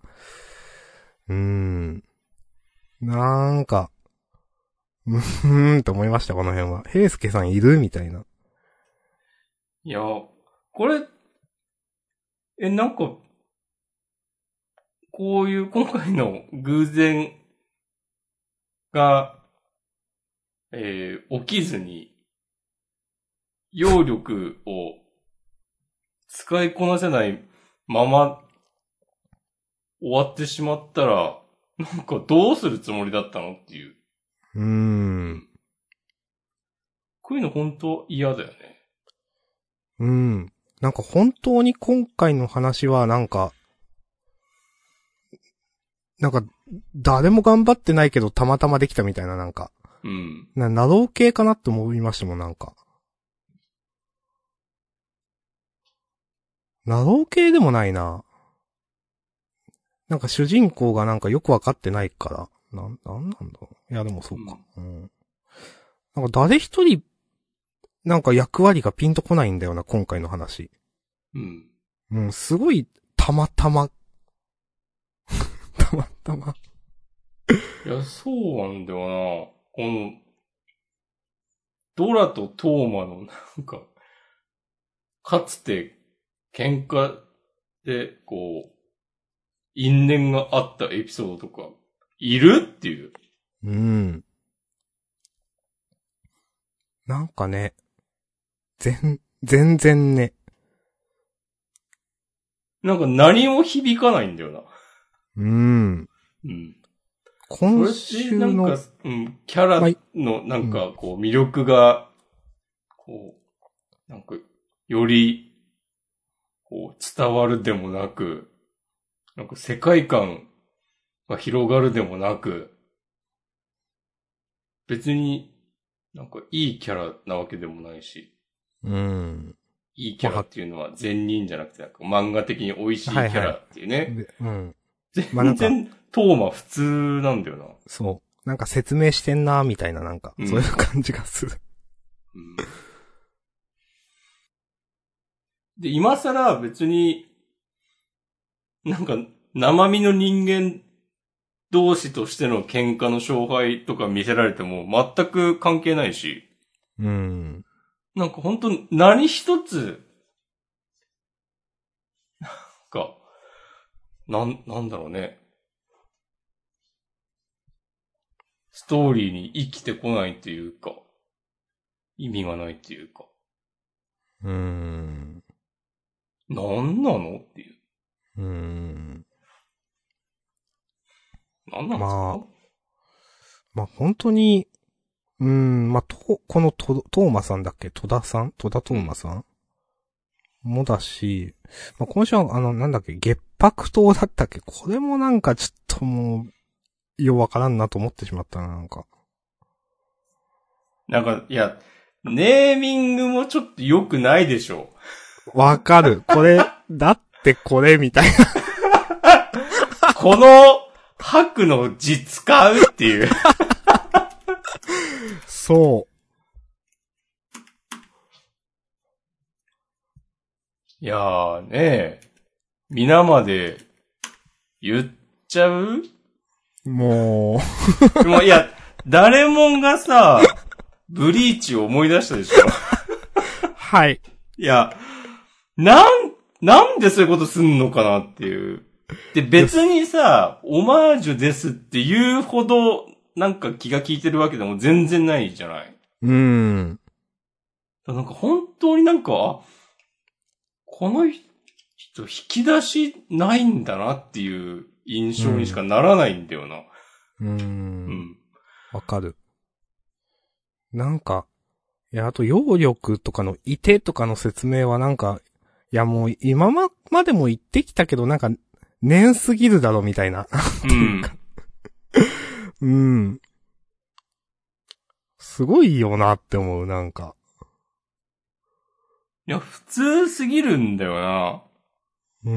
なんか、と思いました、この辺は。平介さんいるみたいな。 いや、これ、なんか、こういう今回の偶然が、起きずに、揚力を使いこなせないまま終わってしまったら、なんかどうするつもりだったのっていう。こういうの本当嫌だよね。 なんか本当に今回の話はなんか誰も頑張ってないけどたまたまできたみたいななんか。ナロー系かなって思いましたもんなんか。ナロー系でもないな。なんか主人公がなんかよくわかってないから。なんだろう。いやでもそうか。なんか誰一人、なんか役割がピンとこないんだよな、今回の話。すごい、たまたま。たまたま。 いや、そうなんだよな。この、ドラとトーマのなんか、かつて喧嘩で、こう、因縁があったエピソードとか、いるっていう。 なんかね、全然ね。 なんか何も響かないんだよな。今週の、なんか、キャラのなんかこう魅力が、こう、なんか、より、こう伝わるでもなく、なんか世界観が広がるでもなく、別になんかいいキャラなわけでもないし、いいキャラっていうのは善人じゃなくてなんか漫画的に美味しいキャラっていうね。全然トーマ普通なんだよな。 そう。なんか説明してんなみたいななんか、そういう感じがする。 で、今更別に、なんか生身の人間同士としての喧嘩の勝敗とか見せられても全く関係ないし。なんか本当何一つ、なんだろうね。ストーリーに生きてこないっていうか、意味がないっていうか。なんなのっていう。なんなんですか？ まあ本当に、このトーマさんだっけ？戸田トーマさんもだし、まあ今週はなんだっけ、月白島だったっけ？これもなんかちょっともう、ようわからんなと思ってしまったな、なんか。 なんか、いや、ネーミングもちょっと良くないでしょ。 わかる。これ、だってこれみたいな。 この白の字使うっていう。 そう。 いやーね皆まで言っちゃう？ もういや、誰もがさ、ブリーチを思い出したでしょ。 はい。 いや、なんでそういうことすんのかなっていう。で、別にさ、オマージュですって言うほど、なんか気が利いてるわけでも全然ないじゃない。なんか本当になんか、この人引き出しないんだなっていう印象にしかならないんだよな。 わかる。なんか、いや、あと、揚力とかのいてとかの説明はなんか、いやもう今までも言ってきたけどなんか、年すぎるだろみたいな。すごいよなって思う、なんか。 いや、普通すぎるんだよな。うん。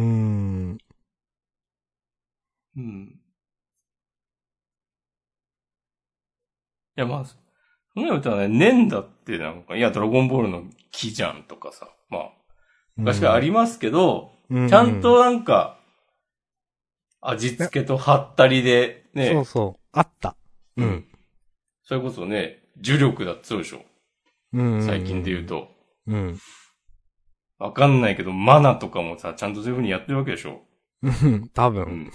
いや、まあ、そのようにね、年だってなんか、いや、ドラゴンボールの木じゃんとかさ、まあ、昔からありますけど、ちゃんとなんか、味付けとはったりで、ね。 そうそう。あった。 うん。それこそね、呪力だってそうでしょ。最近で言うと。 うん。 わかんないけど、マナとかもさ、ちゃんとそういう風にやってるわけでしょ。 多分。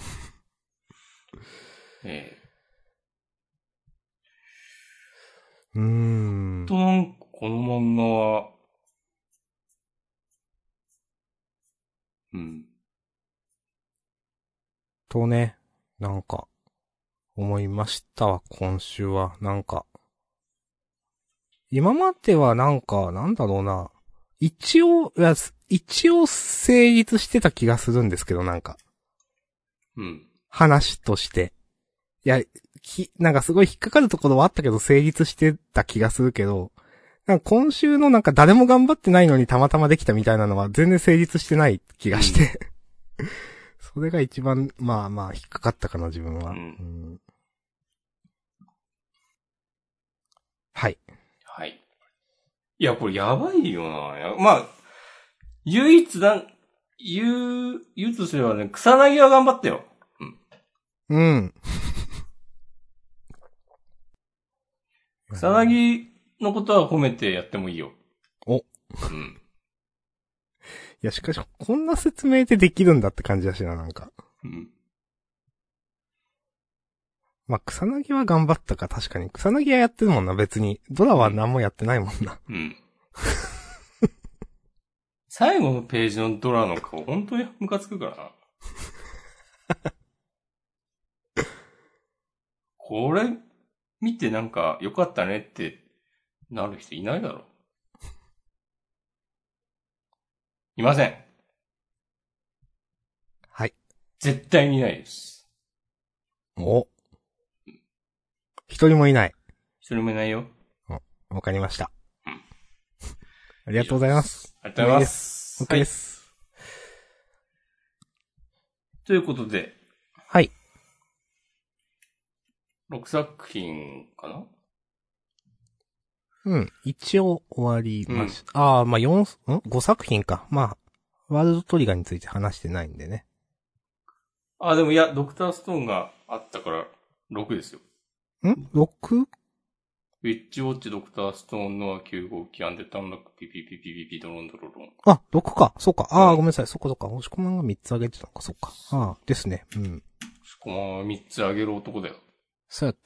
となんかこの漫画は、 とね、なんか、思いましたわ、今週は。なんか、今まではなんか、なんだろうな。一応成立してた気がするんですけど、なんか。話として。いや、なんかすごい引っかかるところはあったけど、成立してた気がするけど、なんか今週のなんか誰も頑張ってないのにたまたまできたみたいなのは全然成立してない気がして。それが一番、まあまあ引っかかったかな、自分は。はい。 はい。いや、これやばいよな。まあ、唯一とすればね、草薙は頑張ったよ。 うん。 草薙のことは褒めてやってもいいよ。 いや、しかし、こんな説明でできるんだって感じだしな、なんか。まあ、草薙は頑張ったか、確かに。草薙はやってるもんな、別に。ドラは何もやってないもんな。 最後のページのドラの顔、本当にムカつくからな。これ、見てなんか、良かったねってなる人いないだろ。いません。 はい。 絶対にいないです。 一人もいない。 一人もいないよ。 わかりました。ありがとうございます。 ありがとうございます。 OK です。 ということで。 はい。 6作品かな？ 一応終わりました。まあ5作品か。まあ、ワールドトリガーについて話してないんでね。 でもいや、ドクターストーンがあったから、6ですよ。 6？ ウィッチウォッチ、ドクターストーン、ノア9号機、アンデッドアンラック、ピピピピピピ、ドロンドロロン。 6か。そうか。ごめんなさい。そっか。押し込まんが3つあげてたのか。そっか。ですね。押し込まんは3つあげる男だよ。 そうやった。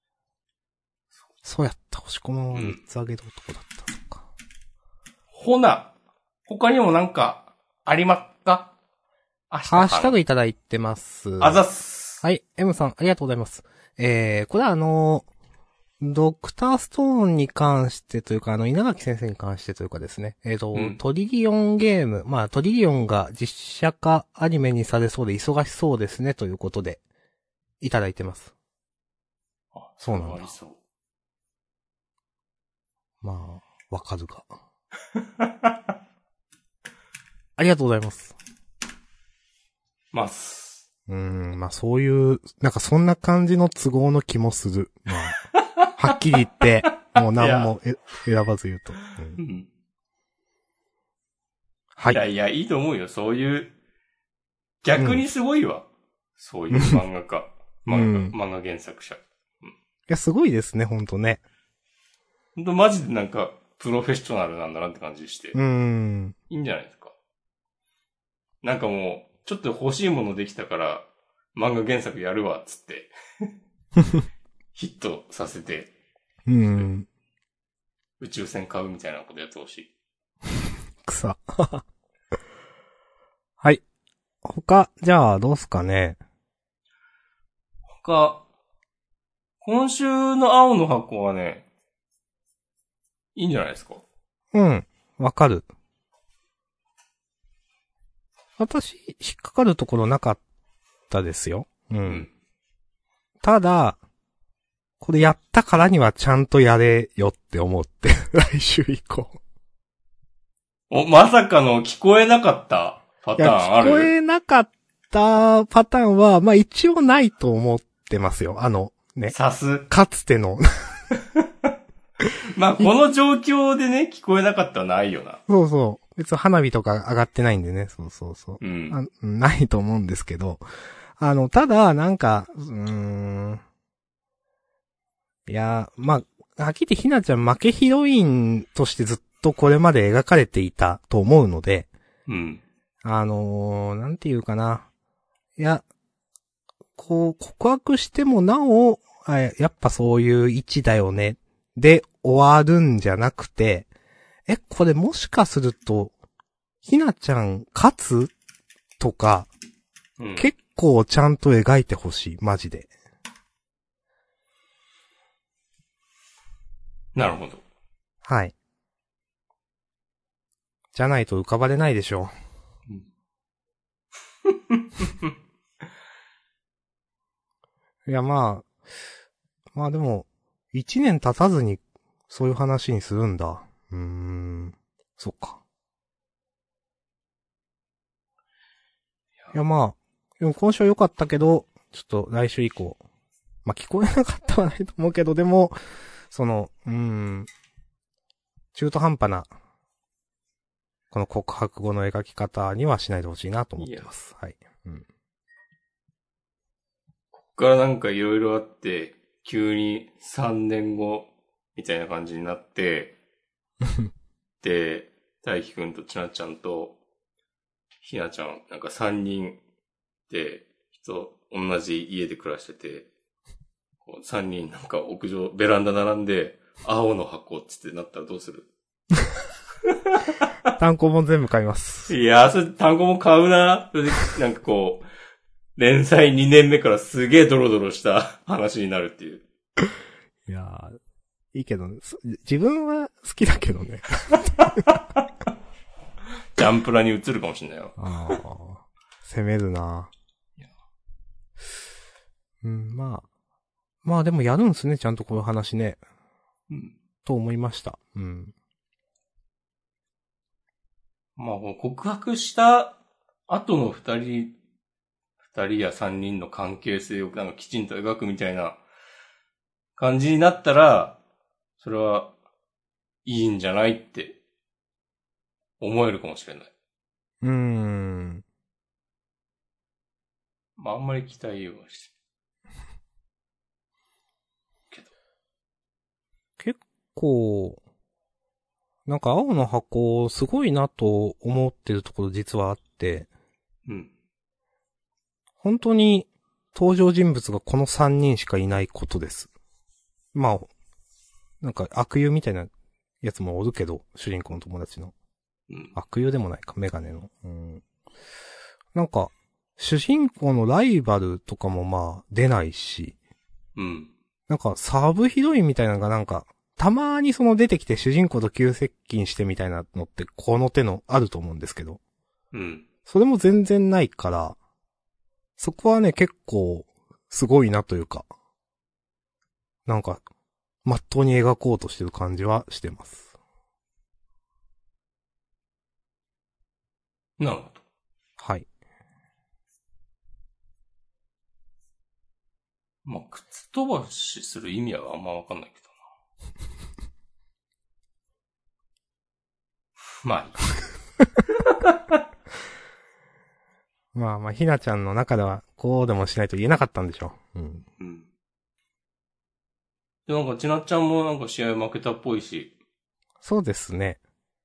押し込まんは3つあげる男だったのか。 ほな、他にもなんか、ありまっか？ ハッシュタグいただいてます。 あざっす。 はい。M さん、ありがとうございます。これはドクターストーンに関してというか、稲垣先生に関してというかですね。トリリオンゲーム。まあ、トリリオンが実写化アニメにされそうで忙しそうですね、ということで、いただいてます。そうなんだ。まあ、わかるが。ありがとうございます。まあそういう、なんかそんな感じの都合の気もする。まあ、はっきり言って、もう何も選ばず言うと。 はい。いや、いいと思うよ。そういう、逆にすごいわ。そういう漫画家。漫画原作者。いや、すごいですね、ほんとね。 ほんとマジでなんか、プロフェッショナルなんだなって感じして。いいんじゃないですか。なんかもう、ちょっと欲しいものできたから、漫画原作やるわ、つって。ヒットさせて。宇宙船買うみたいなことやってほしい。 草。はい。他、じゃあ、どうすかね。 今週の青の箱はね、いいんじゃないですか？ わかる。私、引っかかるところなかったですよ。ただ、これやったからにはちゃんとやれよって思って、来週以降。 まさかの聞こえなかったパターンある？ 聞こえなかったパターンは、まあ一応ないと思ってますよ。ね。かつての。 まあこの状況でね、聞こえなかったはないよな。 そうそう。別に花火とか上がってないんでね。そうそうそう。 うん。 ないと思うんですけど。ただ、いや、まあ、はっきり言ってひなちゃん負けヒロインとしてずっとこれまで描かれていたと思うので、 うん。 なんていうかな。いや、こう、告白してもなお、やっぱそういう位置だよね。で、終わるんじゃなくて、これもしかすると、ひなちゃん勝つとか、 うん、 結構ちゃんと描いてほしい、マジで。 なるほど。 はい。じゃないと浮かばれないでしょう。いや、まあでも、一年経たずに、そういう話にするんだ。そっか。いや、まあ、でも今週は良かったけど、ちょっと来週以降。まあ、聞こえなかったはないと思うけど、でも、中途半端な、この告白後の描き方にはしないでほしいなと思ってます。はい。 こっからなんかいろいろあって、急に3年後、みたいな感じになって、で、大輝くんとちなちゃんと、ひなちゃん、なんか3人で、同じ家で暮らしてて、こう3人なんか屋上、ベランダ並んで、青の箱っつってなったらどうする？ 単行本全部買います。 いやー、それ単語も買うな。それで、なんかこう、連載2年目からすげえドロドロした話になるっていう。 いやー、いいけど、自分は好きだけどね。 ジャンプラに移るかもしんないよ。 ああ、攻めるな。まあでもやるんすね、ちゃんとこういう話ね。と思いました。 まあ、告白した後の二人や三人の関係性をなんかきちんと描くみたいな感じになったら、それはいいんじゃないって思えるかもしれない。まあ、あんまり期待はしてけど。 結構、なんか青の箱すごいなと思ってるところ実はあって、本当に登場人物がこの3人しかいないことです。まあ、なんか悪友みたいなやつもおるけど、主人公の友達の。悪友でもないか、メガネの。なんか、主人公のライバルとかもまあ出ないし、なんかサブヒロインみたいなのがなんか、たまにその出てきて主人公と急接近してみたいなのってこの手のあると思うんですけど、それも全然ないから、そこはね結構すごいなというか、なんか、まっとうに描こうとしてる感じはしてます。 なるほど。 はい。 まあ、靴飛ばしする意味はあんまわかんないけどな。まあいい。 まあ、ひなちゃんの中では、こうでもしないと言えなかったんでしょう。 で、なんか、ちなっちゃんもなんか試合負けたっぽいし。 そうですね。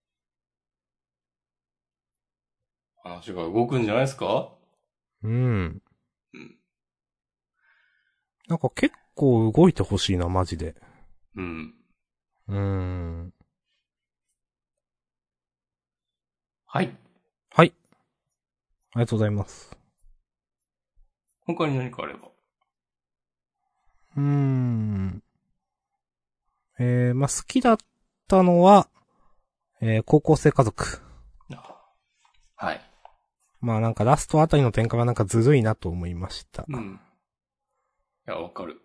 話が動くんじゃないですか？ なんか結構動いてほしいな、マジで。 はい。 はい。ありがとうございます。 他に何かあれば。 まあ、好きだったのは、高校生家族。 はい。 まあなんかラストあたりの展開はなんかずるいなと思いました。 いや、わかる。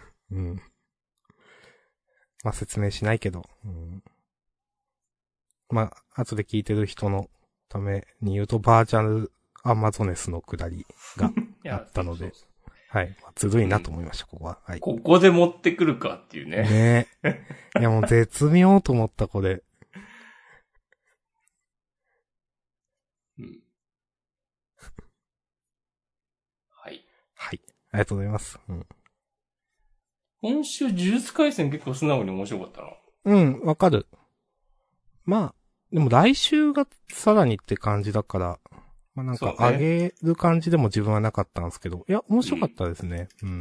まあ説明しないけど。 まあ、後で聞いてる人のために言うと、バーチャルアマゾネスの下りがあったので、 そうはい。ずるいなと思いました、ここは。はい。 ここで持ってくるかっていうね。 ねえ。いや、もう絶妙と思った、これ。 うん。はい。 はい。ありがとうございます。うん。 今週、呪術廻戦結構素直に面白かったな。 うん、わかる。まあ、でも来週がさらにって感じだから、まあなんか上げる感じでも自分はなかったんですけど、いや、面白かったですね。うん。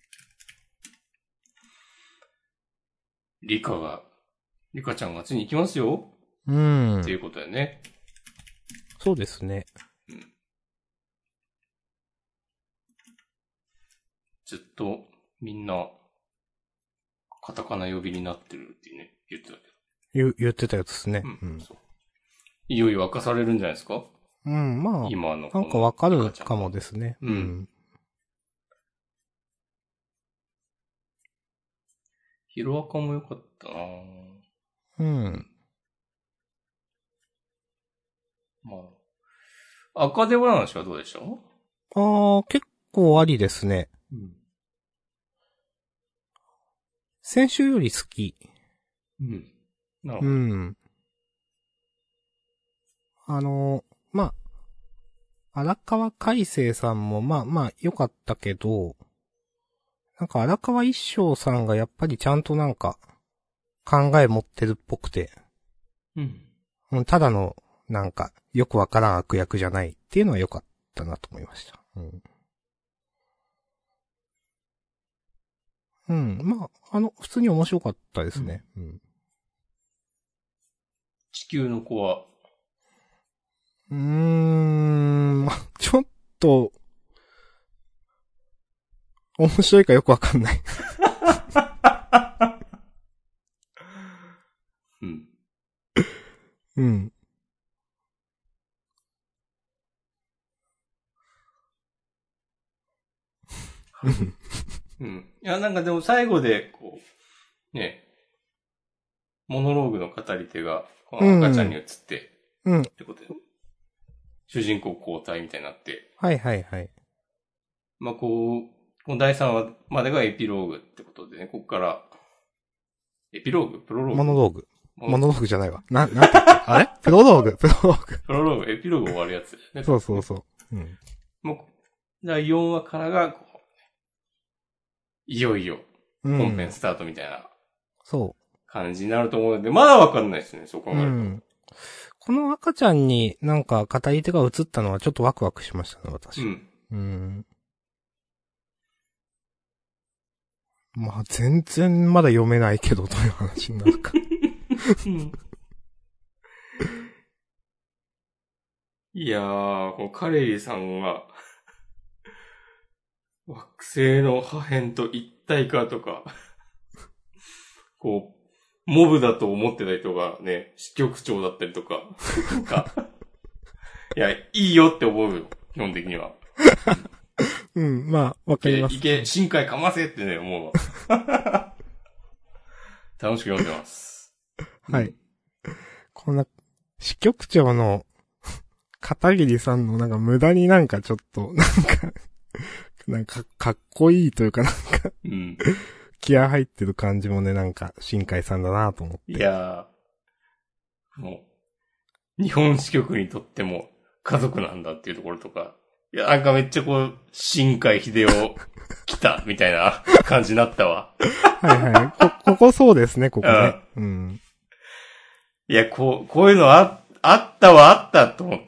リカちゃんがついに行きますよ。 うん。 っていうことだよね。 そうですね。 うん。ずっとみんな、カタカナ呼びになってるってね、言ってたけ言ってたやつですね。 ど。うん。そう。いよいよ明かされるんじゃないですか？ うん、まあ、 今のなんかわかるかもですね。 うん。ヒロアカも良かったなぁ。 うん。 まあ。赤手話はどうでした？ ああ、結構ありですね。 うん。 先週より好き。 うん。なるうほど。 ん。まあ、荒川海生さんもまあまあ良かったけど、なんか荒川一生さんがやっぱりちゃんとなんか考え持ってるっぽくて、 うん。 ただのなんかよくわからん悪役じゃないっていうのは良かったなと思いました。うん。うん。まあ、普通に面白かったですね。うん。 地球の子は、 ちょっと、面白いかよくわかんない。 うん。 うん。 うん。いや、なんかでも最後で、こう、ね、モノローグの語り手が、この赤ちゃんに移って、 うん。 ってことで、主人公交代みたいになって、 はいはいはい。 まあこの第3話までがエピローグってことでね、ここから、エピローグプロローグモノローグ。モノローグじゃないわ。なんて言ったあれプロローグ。プロローグ、 エピローグ終わるやつですね。 そうそうそう。うん。 もう、第4話からが、こう、いよいよ、本編スタートみたいな、 そう。 感じになると思うので、まだわかんないですね、そう考えると。 うん。この赤ちゃんになんか語り手が映ったのはちょっとワクワクしましたね、私。 うん。 うん。まあ、全然まだ読めないけど、という話になるか。 いやー、このカレリさんが、惑星の破片と一体化とか、こう、モブだと思ってた人がね、支局長だったりとか、なんか、いや、いいよって思うよ、基本的には。 うん、まあ、わかります。 いけ、深海かませってね、思うわ。楽しく読んでます。 はい。こんな、支局長の、片桐さんのなんか無駄になんかちょっと、なんかかっこいいというかなんかうん、 気合入ってる感じもね、なんか、新海さんだなと思って。 いやー、もう、日本支局にとっても家族なんだっていうところとか、いや、なんかめっちゃこう、新海秀夫来た、みたいな感じになったわ。 はいはい。ここそうですね、ここね。うん。 いや、こういうのあったと思って。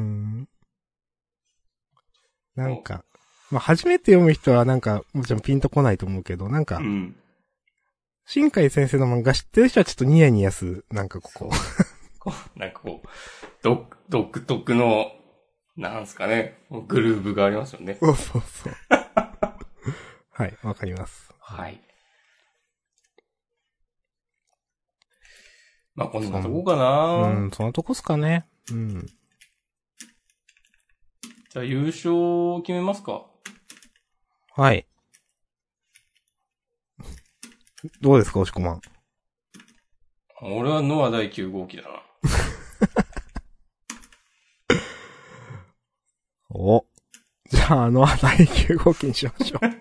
なんか、まあ、初めて読む人はなんか、もちろんピンとこないと思うけど、なんか、新海先生の漫画知ってる人はちょっとニヤニヤする、なんかここ。 なんかこう、独特の、なんすかね、グルーブがありますよね。 そうそうそう。はい、わかります。 はい。まあ、こんなとこかな。 そのとこっすかね。うん。 じゃあ優勝決めますか。 はい。どうですか、押し込まん。 俺はノア第9号機だな。 お。じゃあ、ノア第9号機にしましょう。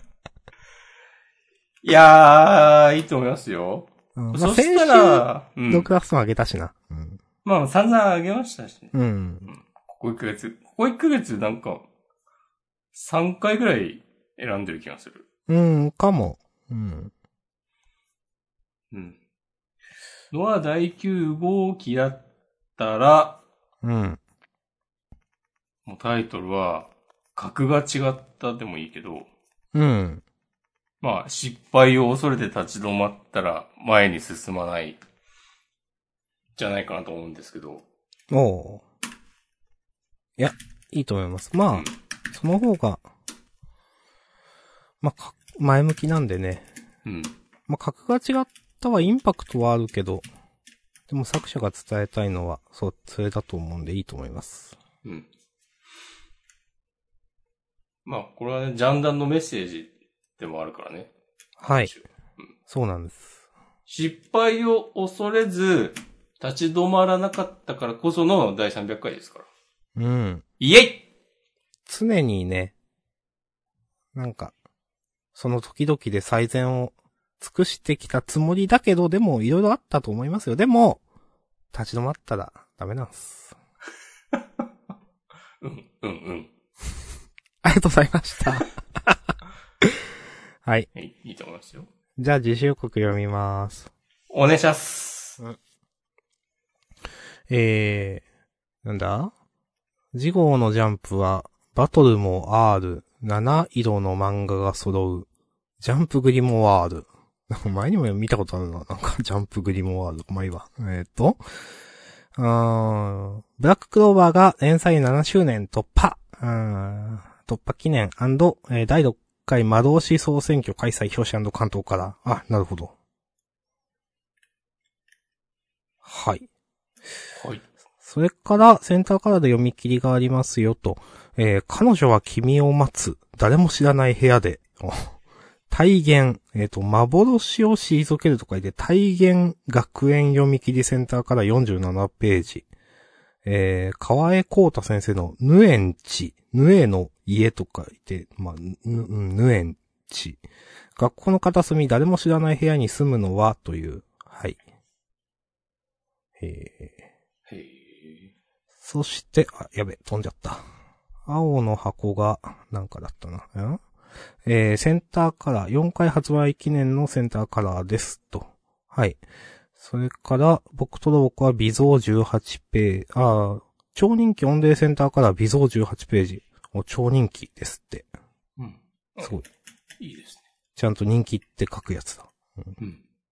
いやー、いいと思いますよ。そしたら、 ドクターストーンあげたしな。うん、 まあ、散々あげましたしね。 うん。 ここ1ヶ月なんか、3回ぐらい選んでる気がする。 うん、かも。うん。 うん。ノア第9号機だったら、 うん。 もうタイトルは、格が違ったでもいいけど、 うん。 まあ、失敗を恐れて立ち止まったら前に進まない、じゃないかなと思うんですけど。 おー。いや、いいと思います。まあ、その方が、まあ、前向きなんでね。 うん。 まあ、格が違ったはインパクトはあるけど、でも作者が伝えたいのは、それだと思うんでいいと思います。 うん。まあ、これはね、ジャンダンのメッセージでもあるからね。 はい。うん、そうなんです。 失敗を恐れず、立ち止まらなかったからこその第300回ですから。 うん。 イエイ常にね、なんか、その時々で最善を尽くしてきたつもりだけど、でもいろいろあったと思いますよ。でも、立ち止まったらダメなんです。 うん。 ありがとうございました。はい。 いいと思いますよ。 じゃあ、自主予告読みます。 お願いします。 うん、なんだ？次号のジャンプは、バトルも R、7色の漫画が揃う、ジャンプグリモワール。前にも見たことあるな。なんか、ジャンプグリモワール。まあいいわ。ブラッククローバーが連載7周年突破。突破記念&、第6回魔導士総選挙開催表紙関東から。あ、なるほど。はい。 はい。 それから、センターカラーで読み切りがありますよと。彼女は君を待つ。誰も知らない部屋で。体現、幻を退けると書いて、体現学園読み切りセンターから47ページ。川江光太先生のヌエンチ、ヌエの家と書いて、まあ、ヌエンチ。学校の片隅、誰も知らない部屋に住むのは、という、はい。そして、やべ、飛んじゃった。青の箱が、なんかだったな。センターカラー、4回発売記念のセンターカラーですと。はい。それから、僕と僕は微増18ページ、超人気オンデーセンターカラー微増18ページ。超人気ですって。 うん。 すごい。 いいですね。 ちゃんと人気って書くやつだ。 うん。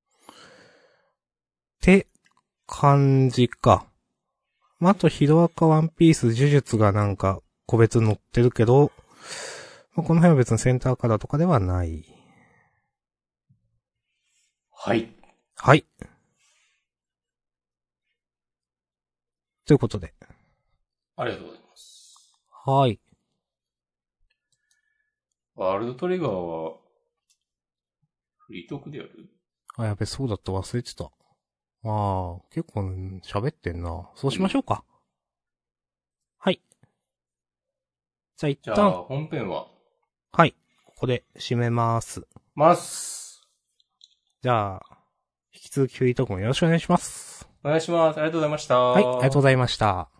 って感じか。あと、ヒロアカワンピース呪術がなんか個別載ってるけど、この辺は別にセンターカラーとかではない。 はい。 はい。ということで。 ありがとうございます。 はい。 ワールドトリガーは、フリートークでやる？ やべ、そうだった忘れてた。結構喋ってんな。そうしましょうか。はい。じゃあ一旦。 本編は？ はい。ここで締めます。じゃあ、引き続きフリートークもよろしくお願いします。 お願いします。ありがとうございました。 はい、ありがとうございました。